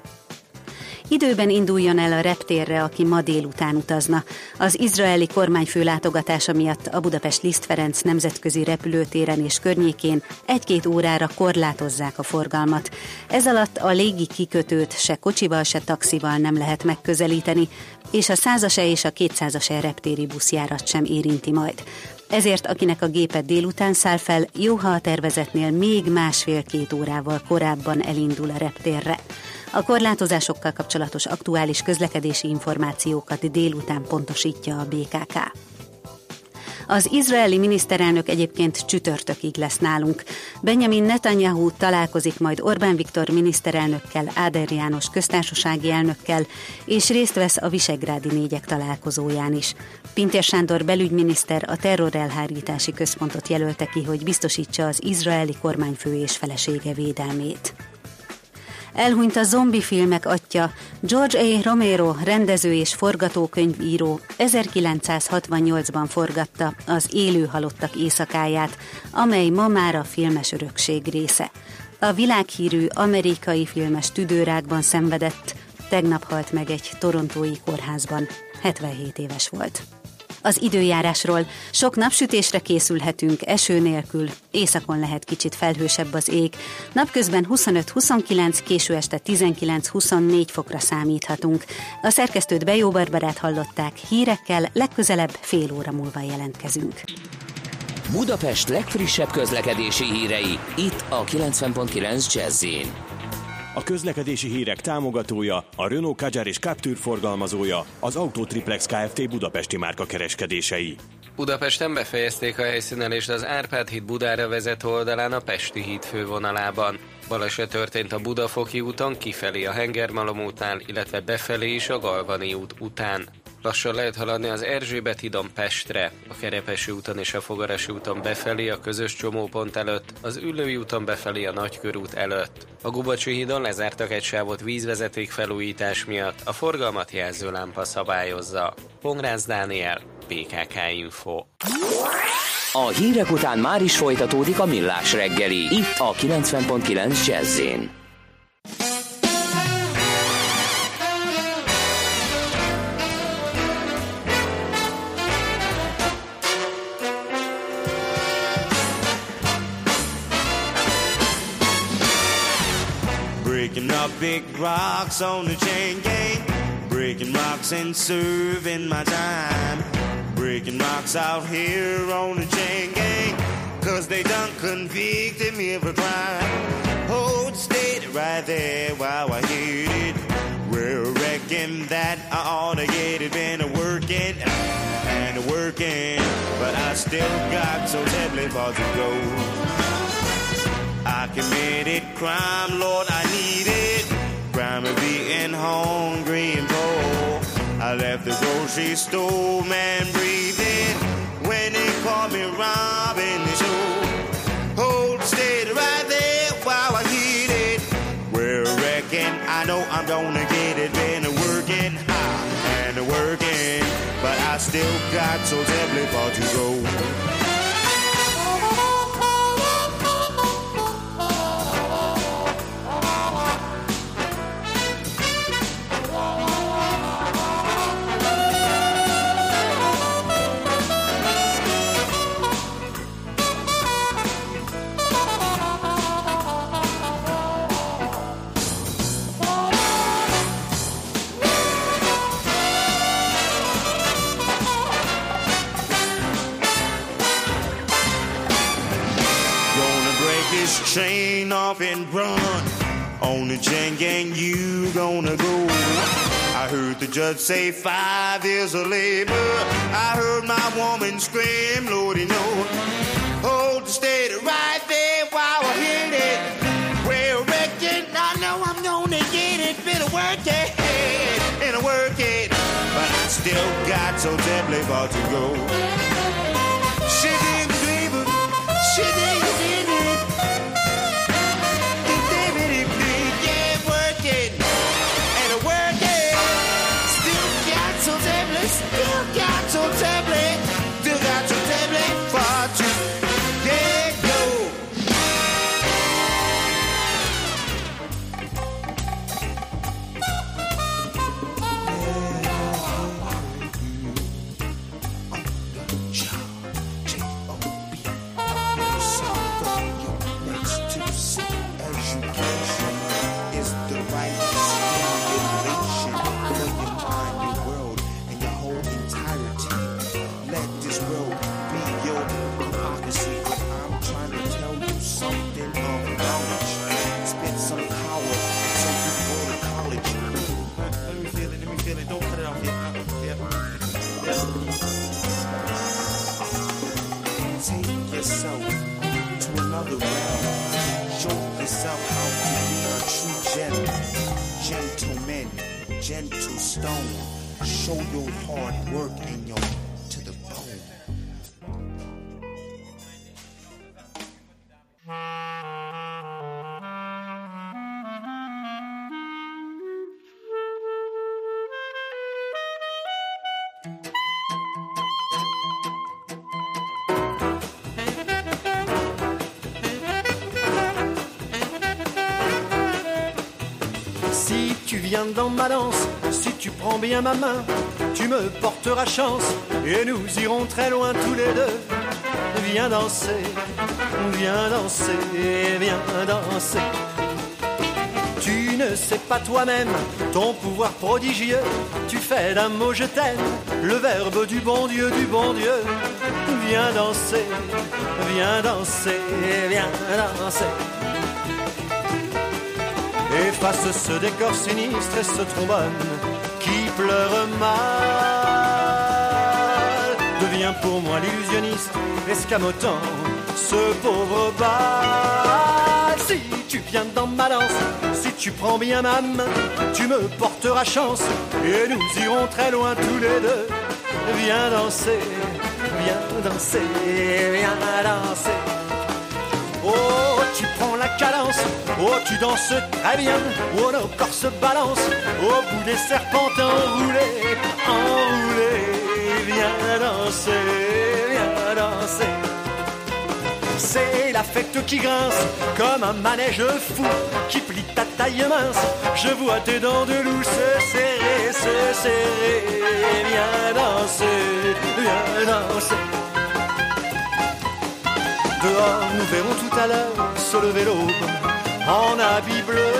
E: Időben induljon el a reptérre, aki ma délután utazna. Az izraeli kormányfő látogatása miatt a Budapest Liszt Ferenc nemzetközi repülőtéren és környékén egy-két órára korlátozzák a forgalmat. Ez alatt a légi kikötőt se kocsival, se taxival nem lehet megközelíteni, és a százas és a kétszázas reptéri buszjárat sem érinti majd. Ezért akinek a gépe délután száll fel, jó, ha a tervezetnél még másfél-két órával korábban elindul a reptérre. A korlátozásokkal kapcsolatos aktuális közlekedési információkat délután pontosítja a bé ká ká. Az izraeli miniszterelnök egyébként csütörtökig lesz nálunk. Benjamin Netanyahu találkozik majd Orbán Viktor miniszterelnökkel, Áder János köztársasági elnökkel, és részt vesz a Visegrádi négyek találkozóján is. Pintér Sándor belügyminiszter a terrorelhárítási központot jelölte ki, hogy biztosítsa az izraeli kormányfő és felesége védelmét. Elhunyt a zombifilmek atya, George A. Romero, rendező és forgatókönyvíró ezerkilencszázhatvannyolcban forgatta az Élő halottak éjszakáját, amely ma már a filmes örökség része. A világhírű amerikai filmes tüdőrákban szenvedett, tegnap halt meg egy torontói kórházban, hetvenhét éves volt. Az időjárásról: sok napsütésre készülhetünk, eső nélkül, északon lehet kicsit felhősebb az ég, napközben huszonöt-huszonkilenc, késő este tizenkilenc-huszonnégy fokra számíthatunk. A szerkesztőt Bejó Barbarát hallották, hírekkel legközelebb fél óra múlva jelentkezünk.
C: Budapest legfrissebb közlekedési hírei, itt a kilencven pont kilenc Jazz-in.
K: A közlekedési hírek támogatója, a Renault Kadjar és Captur forgalmazója, az Autotriplex Kft. Budapesti márka kereskedései.
F: Budapesten befejezték a helyszínelést az Árpád híd Budára vezető oldalán a Pesti híd fővonalában. Baleset történt a Budafoki úton kifelé a Hengermalom útnál, illetve befelé is a Galvani út után. Lassan lehet haladni az Erzsébet hídon Pestre, a Kerepesi úton és a Fogarasi úton befelé a közös csomópont előtt, az Üllői úton befelé a Nagykörút előtt. A Gubacsi hídon lezártak egy sávot vízvezeték felújítás miatt, a forgalmat jelzőlámpa szabályozza. Pongrácz Dániel, bé ká ká Info.
C: A hírek után már is folytatódik a Millás reggeli, itt a kilencven pont kilenc Jazz-in.
L: Breaking up big rocks on the chain gang, breaking rocks and serving my time, breaking rocks out here on the chain gang, cause they done convicted me of a crime. Hold steady right there while I hit it. Well, reckon that I ought to get it. Been a working and a working, but I still got so terribly far to go. I committed crime, Lord, I need it. Crime of being hungry and poor. I left the grocery store, man, breathing, when they caught me robbing the store. Hold steady right there while I hit it. Well, reckon I know I'm gonna get it. Been a working hard and a working, but I still got so terribly far to go. Train off and run on the chain gang, you gonna go. I heard the judge say five years of labor. I heard my woman scream, Lordy, no. Hold the state right there while I hit it. Well, reckon I know I'm gonna get it. Been a work it and a work it, but I still got so terribly far to go. She didn't believe it, she didn't believe it.
M: around the realm. Show yourself how to be a true gem. Gentleman, gentle stone. Show your hard work and your to the bone.
N: Si tu viens dans ma danse, si tu prends bien ma main, tu me porteras chance et nous irons très loin tous les deux. Viens danser, viens danser, viens danser. Tu ne sais pas toi-même ton pouvoir prodigieux. Tu fais d'un mot je t'aime le verbe du bon Dieu, du bon Dieu. Viens danser, viens danser, viens danser. Efface ce décor sinistre et ce trombone qui pleure mal. Deviens pour moi l'illusionniste, escamotant ce pauvre bal. Si tu viens dans ma danse, si tu prends bien ma main, tu me porteras chance et nous irons très loin tous les deux. Viens danser, viens danser, viens danser. Oh, tu prends la cadence, oh, tu danses très bien, oh, nos corps se balancent, au bout des serpentins enroulés, enroulés. Viens danser, viens danser. C'est la fête qui grince, comme un manège fou, qui plie ta taille mince. Je vois tes dents de loup se serrer, se serrer. Viens danser, viens danser. Dehors, nous verrons tout à l'heure se lever l'aube en habit bleu.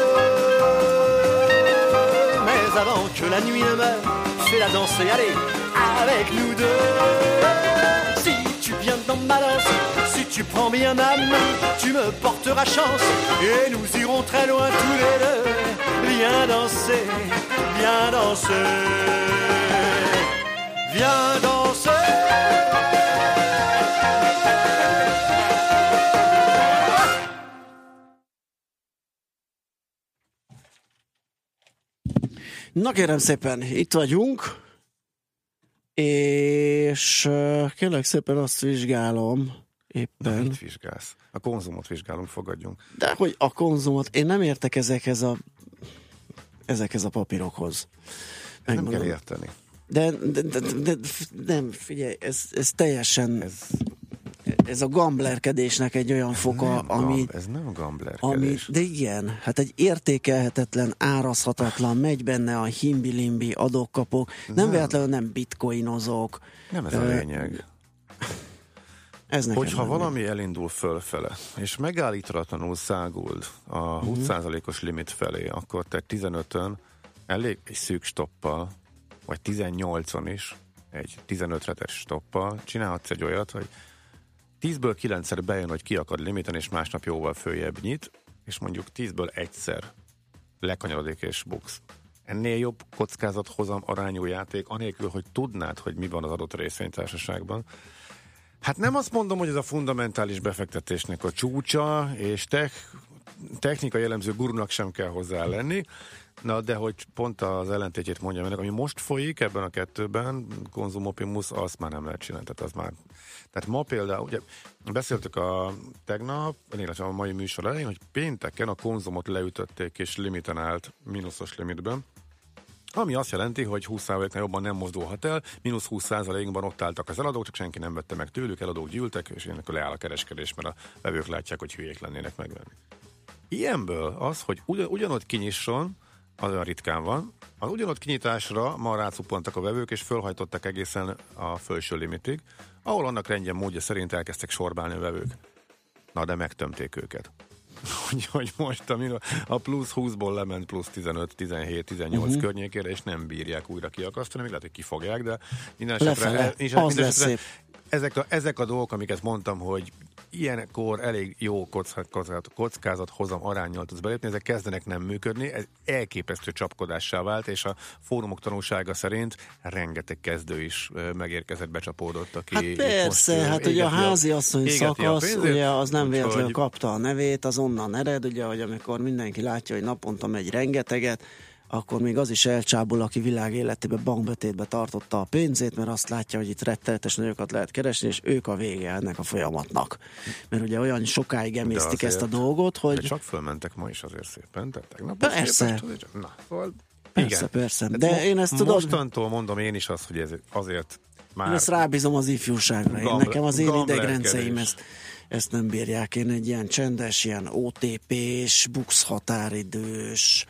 N: Mais avant que la nuit ne meure, fais-la danser, allez, avec nous deux. Si tu viens dans ma danse, si tu prends bien ma main, tu me porteras chance et nous irons très loin tous les deux. Viens danser, viens danser, viens danser.
B: Na kérem szépen, itt vagyunk, és uh, kérlek szépen azt vizsgálom éppen.
I: Mit vizsgálsz? A konzumot vizsgálunk, fogadjunk.
B: De hogy a konzumot, én nem értek ezekhez a ezekhez a papírokhoz.
I: Nem kell érteni.
B: De, de, de, de, de nem, figyelj, ez, ez teljesen... Ez... Ez a gamblerkedésnek egy olyan foka,
I: nem
B: ami...
I: Gamb, ez nem gamblerkedés.
B: Ami, de igen, hát egy értékelhetetlen, árazhatatlan, megy benne a himbi-limbi, adok-kapok, nem, nem véletlenül nem bitcoinozok.
I: Nem ez a lényeg.
B: Ez
I: Hogyha
B: nem
I: valami
B: nem.
I: elindul fölfele, és megállíthatatlanul száguld a húsz százalékos limit felé, akkor te tizenötön elég egy szűk stoppal, vagy tizennyolcon is, egy tizenöt-es stoppal csinálhatsz egy olyat, hogy tízből kilencszer bejön, hogy ki akad limiten, és másnap jóval följebb nyit, és mondjuk tízből egyszer lekanyarodik és buksz. Ennél jobb kockázathozam arányú játék, anélkül, hogy tudnád, hogy mi van az adott részvénytársaságban. Hát nem azt mondom, hogy ez a fundamentális befektetésnek a csúcsa, és tech, technikai jellemző gurunak sem kell hozzá lenni, na de hogy pont az ellentétjét mondjam ennek, ami most folyik ebben a kettőben, konzumopimus, azt már nem lehet csinálni, tehát az már... Tehát ma például, ugye beszéltük a tegnap, illetve a mai műsor elején, hogy pénteken a konzumot leütötték és limiten állt, mínuszos limitben, ami azt jelenti, hogy húsz százaléknál jobban nem mozdulhat el, mínusz húsz százalékban ott álltak az eladók, csak senki nem vette meg tőlük, eladók gyűltek, és ilyenek leáll a kereskedés, mert a vevők látják, hogy hülyék lennének megvenni. Ilyenből az, hogy ugyan, ugyanott kinyisson, az olyan ritkán van, az ugyanott kinyitásra ma rácuppantak a vevők, és fölhajtottak egészen a felső limitig, ahol annak rendjen módja szerint elkezdtek sorbálni a vevők. Na, de megtömték őket. Úgyhogy most a, a plusz húszból lement plusz tizenöt, tizenhét, tizennyolc uh-huh. környékére, és nem bírják újra kiakasztani, még lehet, hogy kifogják, de minden esetre,
B: Lefele,
I: minden
B: az
I: esetre
B: lesz
I: ezek, a, ezek a dolgok, amiket mondtam, hogy ilyenkor elég jó kockázat, kockázat hozam aránnyal tudsz belépni, ezek kezdenek nem működni, ez elképesztő csapkodássá vált, és a fórumok tanulsága szerint rengeteg kezdő is megérkezett, becsapódott, aki...
B: Hát persze, most, hát ugye a házi asszony szakasz, ugye az nem véletlenül hogy... kapta a nevét, az onnan ered, ugye, hogy amikor mindenki látja, hogy naponta megy rengeteget, akkor még az is elcsábul, aki világ életében bankbetétbe tartotta a pénzét, mert azt látja, hogy itt rettenetes nagyokat lehet keresni, és ők a vége ennek a folyamatnak. Mert ugye olyan sokáig emésztik ezt a dolgot, hogy...
I: De csak fölmentek ma is azért szépen, tehát tegnap.
B: Persze.
I: Képest, na, szóval,
B: persze,
I: igen.
B: persze. De én ezt tudom...
I: Mostantól mondom én is azt, hogy ez azért már...
B: Én ezt rábízom az ifjúságra. Én, nekem az én idegrendszereim ezt, ezt nem bírják. Én egy ilyen csendes, ilyen o té pés, bux határidős,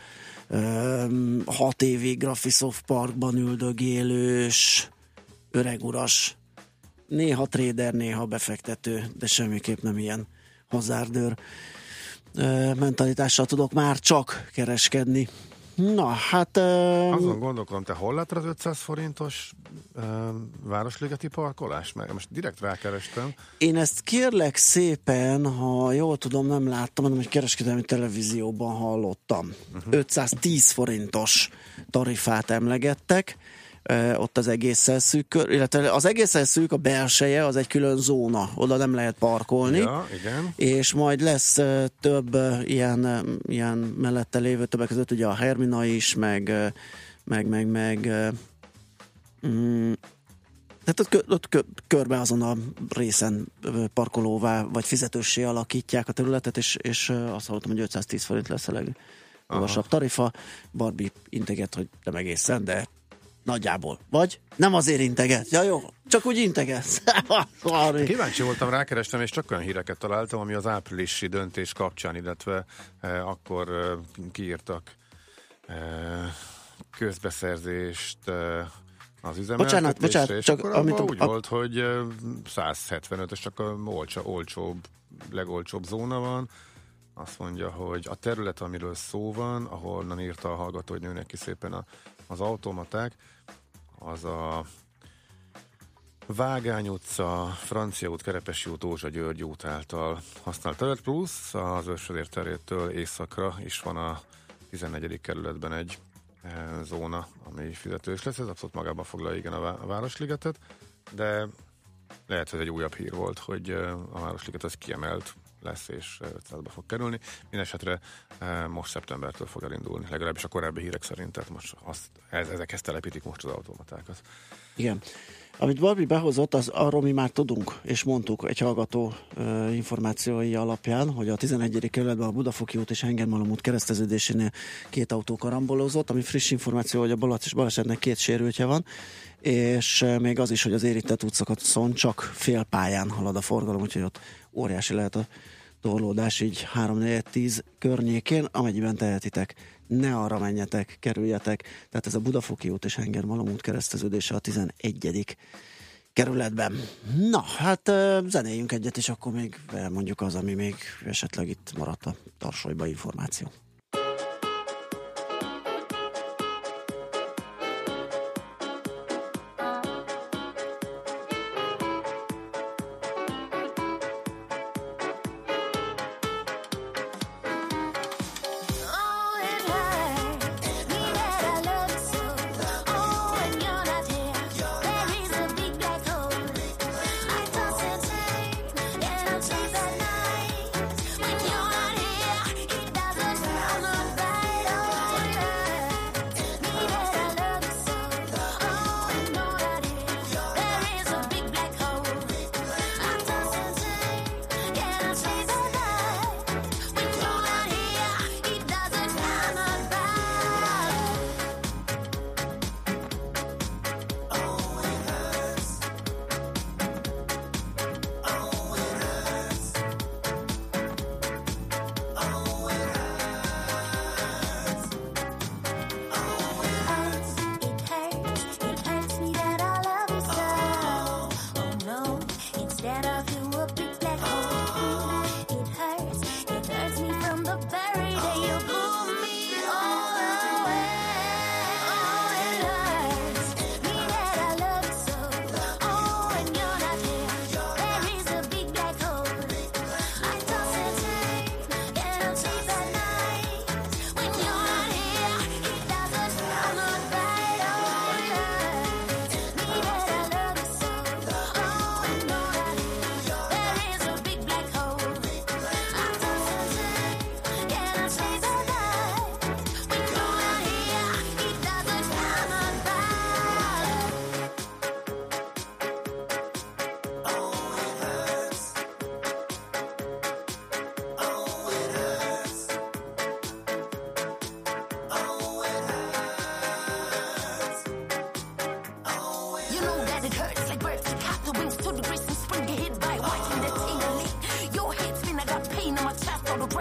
B: hat évig Graphisoft Parkban üldögélős, öreguras, néha trader, néha befektető, de semmiképp nem ilyen hazárdőr mentalitással tudok már csak kereskedni. Na, hát... Um...
I: Azon gondolkodom, te hol látod az ötszáz forintos um, Városligeti parkolás? Mert most direkt rákerestem.
B: Én ezt kérlek szépen, ha jól tudom, nem láttam, hanem egy kereskedelmi televízióban hallottam. Uh-huh. ötszáztíz forintos tarifát emlegettek, Uh, ott az egészen szűk, illetve az egészen szűk a belseje, az egy külön zóna, oda nem lehet parkolni,
I: ja, igen.
B: És majd lesz uh, több uh, ilyen, uh, ilyen mellette lévő, többek között ugye a Hermina is, meg uh, meg, meg, meg uh, mm, tehát ott, ott kö, körbe azon a részen uh, parkolóvá, vagy fizetőssé alakítják a területet, és, és uh, azt hallottam, hogy ötszáztíz forint lesz a legmagasabb tarifa. Barbie integet, hogy nem egészen, de nagyjából. Vagy? Nem azért integet. Ja jó, csak úgy integet.
I: Kíváncsi voltam, rákerestem, és csak olyan híreket találtam, ami az áprilisi döntés kapcsán, illetve eh, akkor eh, kiírtak eh, közbeszerzést eh, az üzemeltetésre,
B: bocsánat, bocsánat,
I: és
B: csak
I: akkor
B: amit
I: úgy
B: a...
I: volt, hogy eh, száz hetvenötös, csak a olcsó, olcsóbb, legolcsóbb zóna van. Azt mondja, hogy a terület, amiről szó van, ahol írta a hallgató, hogy nőnek ki szépen a, az automaták, az a Vágány utca, Francia út, Kerepesi út, Ózsa György út által használt terület, plusz az Őrsödér terétől északra is van a tizennegyedik kerületben egy e, zóna, ami fizetős lesz. Ez abszolút magában foglalja igen a, a Városligetet, de lehet, hogy egy újabb hír volt, hogy a Városliget az kiemelt lesz, és ötszázba fog kerülni. Mindenesetre most szeptembertől fog elindulni, legalábbis a korábbi hírek szerint, tehát most azt, ez, ezekhez telepítik most az automatákat.
B: Igen. Amit Barbie behozott, az arról mi már tudunk, és mondtuk egy hallgató uh, információi alapján, hogy a tizenegyedik kerületben a Budafoki út és Hengermalom út kereszteződésénél két autó karambolozott, ami friss információ, hogy a balesetnek két sérültje van, és uh, még az is, hogy az érintett útszakaszon csak fél pályán halad a forgalom, úgyhogy ott óriási lehet a torlódás így három negyven tíz környékén, amennyiben tehetitek, ne arra menjetek, kerüljetek. Tehát ez a Budafoki út és Hengermalom út kereszteződése a tizenegyedik kerületben. Na, hát zenéljünk egyet, és akkor még mondjuk az, ami még esetleg itt maradt a tarsolyba információ.
H: When you're not here, it doesn't matter.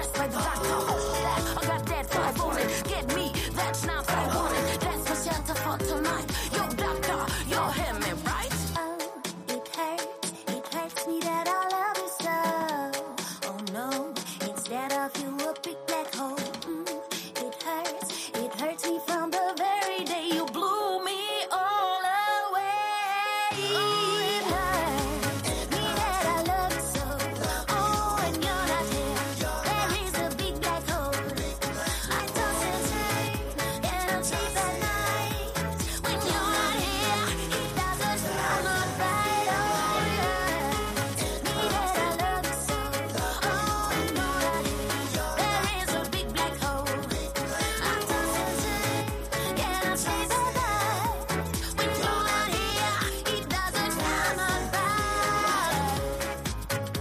O: pressed by the doctor. I got that five on it. Get me, that's not five on it. That's my shelter for tonight. Yo, doctor, you'll hear me, right?
P: Oh, it hurts, it hurts me that I love you so. Oh no, instead of you a big black hole. Mm, it hurts, it hurts me from the very day you blew me all away. Oh, it hurts me that I love you so. Oh, when you're not here, there is a big black hole. I toss and turn, and I sleep at night. When you're not here, it doesn't feel not right. Oh, it hurts me that I love you so. Oh, when you're not here, there is a big black hole. I toss and turn, and I sleep at night. When you're not here, it doesn't feel not right.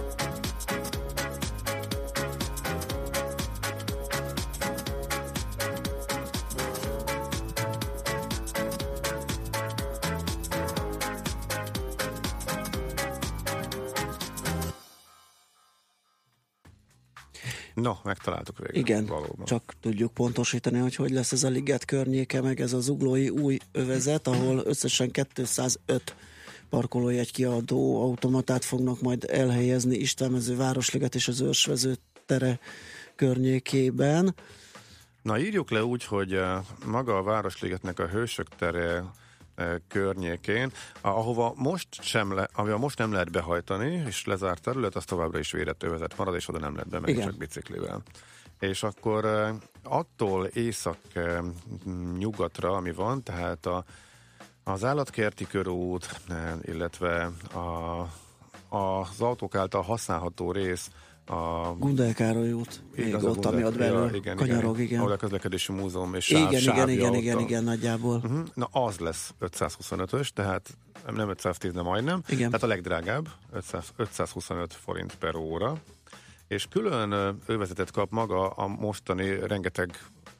I: No, megtaláltuk végül.
B: Igen,
I: valóban.
B: csak tudjuk pontosítani, hogy hogy lesz ez a liget környéke, meg ez a zuglói új övezet, ahol összesen kétszázöt parkolójegy kiadó automatát fognak majd elhelyezni Istenmező, Városliget és az Őrsvező tere környékében.
I: Na, írjuk le úgy, hogy eh, maga a Városligetnek a Hősök tere eh, környékén, ahova most, sem le, ahova most nem lehet behajtani, és lezárt terület, az továbbra is védett övezet marad, és oda nem lehet bemenni,
B: Igen.
I: csak biciklivel. És akkor eh, attól észak eh, nyugatra, ami van, tehát a, az állatkerti körút, eh, illetve a, az autók által használható rész, a
B: Gundel Károly út, még ott, ami ott belül
I: ja, igen,
B: kanyarog, igen.
I: Ahol a közlekedési múzeum és
B: Igen,
I: sáv,
B: igen, igen,
I: ott
B: igen,
I: a-
B: igen, nagyjából.
I: Uh-huh. Na, az lesz ötszázhuszonötös, tehát nem ötszáztíz, de majdnem.
B: Igen.
I: Tehát a legdrágább, ötszáz, ötszázhuszonöt forint per óra. És külön ö, övezetet kap maga a mostani rengeteg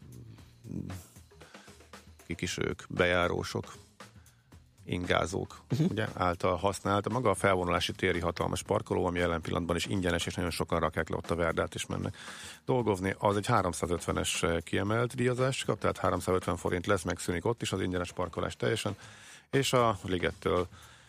I: kik is ők, bejárósok, ingázók, uh-huh. ugye, által használt. Maga a felvonulási téri hatalmas parkoló, ami jelen pillanatban is ingyenes, és nagyon sokan rakják le ott a Verdát, és mennek dolgozni. Az egy háromszázötvenes kiemelt díjazást kap, tehát háromszázötven forint lesz, megszűnik ott is az ingyenes parkolás teljesen, és a ligettől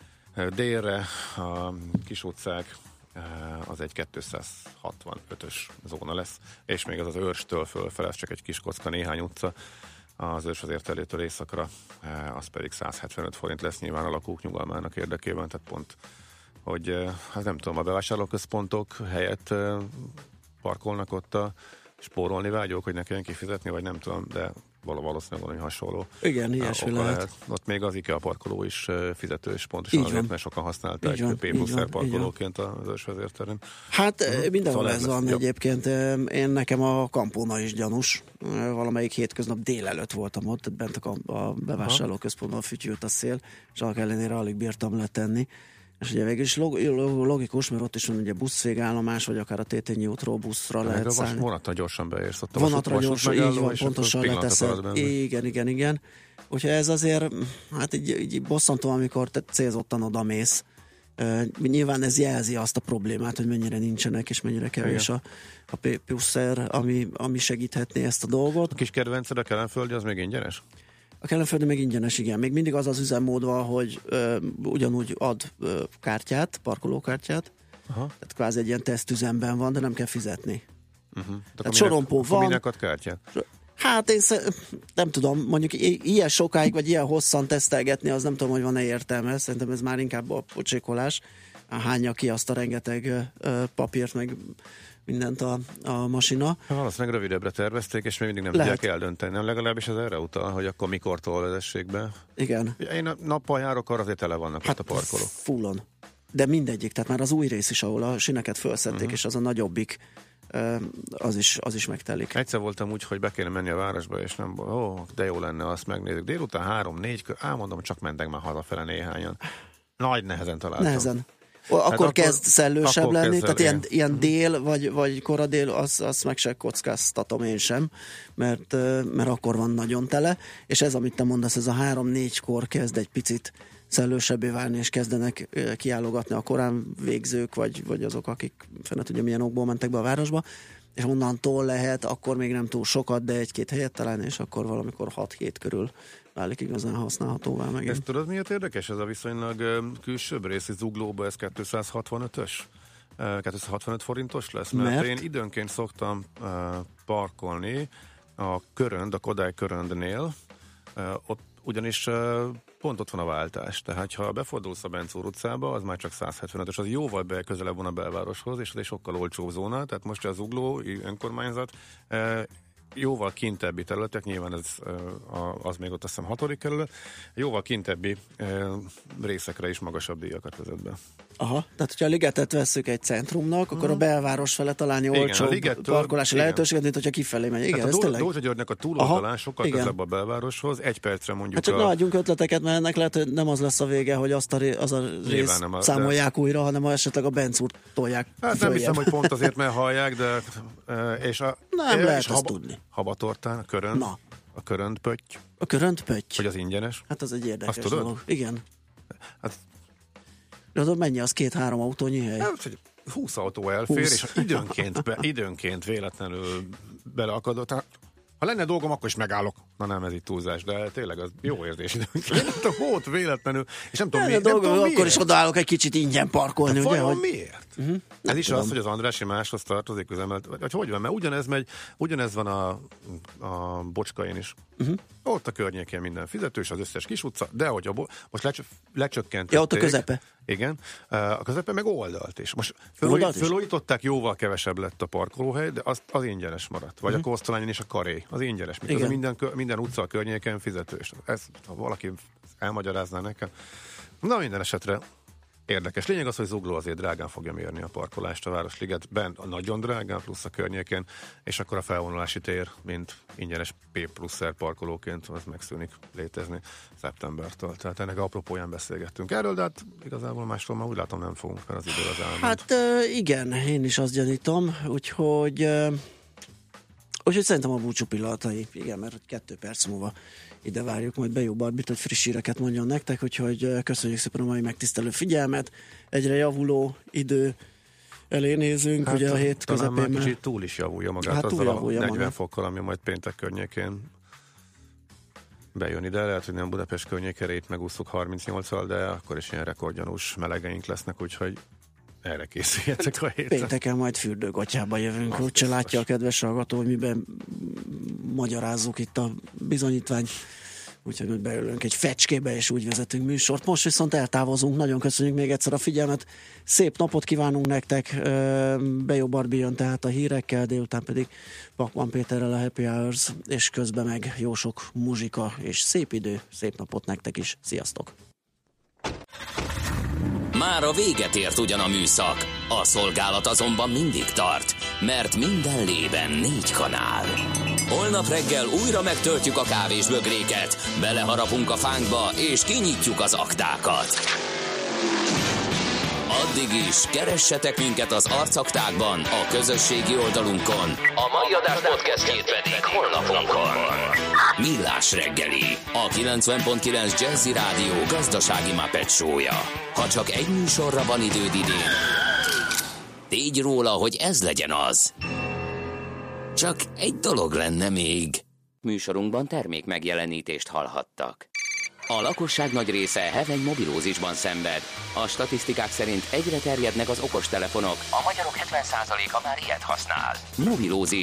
I: délre a kis utcák az egy kétszázhatvanötös zóna lesz, és még az az Őrstől fölfele, ez csak egy kis kocka, néhány utca, az Őrsvezértelétől északra, az pedig százhetvenöt forint lesz, nyilván a lakók nyugalmának érdekében, tehát pont, hogy hát nem tudom, a bevásárlóközpontok helyett parkolnak ott a spórolni vágyók, hogy ne kelljen kifizetni, vagy nem tudom, de valószínűleg valami hasonló.
B: Igen, ilyesmi lehet. lehet.
I: Ott még az IKEA parkoló is fizetős, pontosan
B: így
I: azért,
B: van.
I: mert sokan használták
B: van,
I: P plusz R parkolóként az Őrsvezérteren.
B: Hát
I: uh-huh.
B: mindenhol
I: szóval
B: ez van
I: lesz.
B: egyébként. Én nekem a Kampóna is gyanús. Valamelyik hétköznap délelőtt voltam ott, bent a, a bevásárlóközpontban fütyült a szél, és annak ellenére alig bírtam letenni. És ugye végül is logikus, mert ott is van ugye buszvégállomás, vagy akár a Tétényi útról buszra
I: de
B: lehet szállni.
I: Vonatra gyorsan beérsz. Ott
B: Vonatra gyorsan, így van,
I: és
B: pontosan leteszed. Igen, igen, igen. Úgyhogy ez azért, hát így, így bosszantó, amikor te célzottan oda mész. Uh, nyilván ez jelzi azt a problémát, hogy mennyire nincsenek, és mennyire kevés a, a P plusz R, ami, ami segíthetné ezt a dolgot.
I: A kis kedvenced, a Kelenföldi, az még ingyenes?
B: A Kelenföldi meg ingyenes, igen. Még mindig az az üzemmód van, hogy ö, ugyanúgy ad ö, kártyát, parkolókártyát. Aha. Tehát kvázi egy ilyen tesztüzemben van, de nem kell fizetni.
I: Uh-huh.
B: Tehát sorompó van.
I: Minek ad kártyát?
B: Hát én sze, nem tudom, mondjuk i- ilyen sokáig, vagy ilyen hosszan tesztelgetni, az nem tudom, hogy van-e értelme. Szerintem ez már inkább a pocsékolás. Hányja ki azt a rengeteg ö, papírt, meg mindent a, a masina.
I: Valószínűleg rövidebbre tervezték, és még mindig nem
B: Lehet.
I: tudják eldönteni. Nem legalábbis ez erre utal, hogy akkor mikortól vezessék be.
B: Igen.
I: Én a nappal járok, arra azért tele vannak hát ott a parkoló.
B: Fullon. De mindegyik, tehát már az új rész is, ahol a sineket felszették, uh-huh. és az a nagyobbik, az is, az is megtelik.
I: Egyszer voltam úgy, hogy be kéne menni a városba, és nem, ó, de jó lenne, azt megnézzük. Délután három-négy, álmondom, csak mentek már hazafele néhányan. Nagy nehezen találtam.
B: Nehezen. Akkor, hát akkor kezd szellősebb
I: akkor
B: lenni,
I: kezd
B: tehát
I: el,
B: ilyen, ilyen dél, vagy, vagy koradél, azt az meg se kockáztatom én sem, mert, mert akkor van nagyon tele, és ez, amit te mondasz, ez a három-négykor kezd egy picit szellősebbé válni, és kezdenek kiállogatni a korán végzők, vagy, vagy azok, akik fene tudja milyen okból mentek be a városba, és onnantól lehet, akkor még nem túl sokat, de egy-két helyet talán, és akkor valamikor hat-hét körül válik igazán használhatóvá megint.
I: Ezt tudod, miért érdekes ez a viszonylag uh, külsőbb rész, Zuglóba ez kétszázhatvanötös? Uh, kétszázhatvanöt forintos lesz? Mert, Mert? én időnként szoktam uh, parkolni a Körönd, a Kodály Köröndnél, uh, ott ugyanis uh, pont ott van a váltás, tehát ha befordulsz a Benczúr utcába, az már csak száz hetvenötös, az jóval be, közelebb van a belvároshoz, és az egy sokkal olcsóbb zóna, tehát most az Zugló önkormányzat uh, jóval kintebbi területek, nyilván ez, az még ott azt hiszem hatodik kerület, jóval kintebbi részekre is magasabb díjakat vezet be.
B: Aha, tehát hogyha a ligetet vesszük egy centrumnak, akkor a belváros fele találni olcsóbb parkolási lehetőséget, mint hogyha kifelé megy. Igen,
I: tehát a Dó- Dózsa Györgynek a túloldalán sokkal
B: igen.
I: közelebb a belvároshoz, egy percre mondjuk.
B: Hát csak
I: a...
B: ne adjunk ötleteket, mert ennek lehet, hogy nem az lesz a vége, hogy azt a, ré, az a részt a, számolják de... újra, hanem esetleg a Benczúrt tolják.
I: Hát nem hiszem, hogy pont azért, mert hallják, de és a,
B: nem
I: és
B: lehet
I: és
B: azt hab, tudni.
I: Habatortán, a Körönd,
B: Na.
I: a Körönd-pötty.
B: A Körönd-pötty.
I: Hogy az ingyenes.
B: Hát az egy érdekes
I: azt tudod?
B: dolog. Igen.
I: Hát
B: de mennyi az két-három autónyi hely?
I: Hát, húsz autó elfér, húsz. És időnként, be, időnként véletlenül beleakadott. Ha lenne dolgom, akkor is megállok. Na nem, ez itt túlzás, de tényleg az jó érzés időnként. A hót véletlenül, és nem tudom, mi, nem
B: dolgom,
I: tudom
B: akkor
I: miért.
B: is odaállok egy kicsit ingyen parkolni.
I: Hát
B: ugye,
I: hogy... miért?
B: Uh-huh.
I: Ez is
B: tudom.
I: az, hogy az Andrássy máshoz tartozik üzemelt, vagy hogy van, mert ugyanez megy, ugyanez van a, a Bocskai is. Uh-huh. Ott a környékén minden fizetős, az összes kis utca, de hogy a bo- most lecs- lecsökkentették.
B: Ja, ott a közepe.
I: Igen, a közepe meg oldalt is. Most fölúj- fölújították, jóval kevesebb lett a parkolóhely, de az, az ingyenes maradt. Vagy uh-huh. a Kosztolányon is a Karé, az ingyenes. Miközben minden, minden utca a környéken fizetős. Ez, ha valaki elmagyarázná nekem. Na minden esetre érdekes. Lényeg az, hogy Zugló azért drágán fogja mérni a parkolást a Városligetben, a nagyon drágán, plusz a környékén, és akkor a felvonulási tér, mint ingyenes P pluszer parkolóként, az megszűnik létezni szeptembertől. Tehát ennek apropóján beszélgettünk erről, de hát igazából másról már úgy látom nem fogunk, mert az idő az elment.
B: Hát uh, igen, én is azt gyanítom, úgyhogy uh, úgyhogy szerintem a búcsú pillanatai, igen, mert kettő perc múlva ide várjuk majd Bejó Barbit, hogy friss híreket mondjon nektek, úgyhogy köszönjük szépen a mai megtisztelő figyelmet. Egyre javuló idő elé nézünk, hát ugye a hét közepén.
I: Talán már kicsit túl is javulja magát, hát azzal a negyven magát. Fokkal, ami majd péntek környékén bejön ide. Lehet, hogy nem Budapest környékére itt megúsztuk harmincnyolccal, de akkor is ilyen rekordgyanús melegeink lesznek, úgyhogy erre készüljetek a hétre.
B: Pénteken majd fürdőgatyába jövünk, úgyse látja a kedves hallgató, hogy miben magyarázzuk itt a bizonyítvány. Úgyhogy majd beülünk egy fecskébe, és úgy vezetünk műsort. Most viszont eltávozunk. Nagyon köszönjük még egyszer a figyelmet. Szép napot kívánunk nektek. Bejó Barbi jön tehát a hírekkel, délután pedig Pakman Péterrel a Happy Hours, és közben meg jó sok muzsika és szép idő. Szép napot nektek is. Sziasztok!
C: Már a véget ért ugyan a műszak, a szolgálat azonban mindig tart, mert minden lében négy kanál. Holnap reggel újra megtöltjük a kávés bögréket, beleharapunk a fánkba és kinyitjuk az aktákat. Addig is keressetek minket az arcaktákban, a közösségi oldalunkon. A mai adás podcastjét pedig holnapunkon. Millás reggeli, a kilencven pont kilenc Jazzy Rádió gazdasági Muppet show-ja. Ha csak egy műsorra van időd idén, tégy róla, hogy ez legyen az. Csak egy dolog lenne még. Műsorunkban termék megjelenítést hallhattak. A lakosság nagy része heveny mobilózisban szenved. A statisztikák szerint egyre terjednek az okostelefonok. A magyarok hetven százaléka már ilyet használ. Mobilózis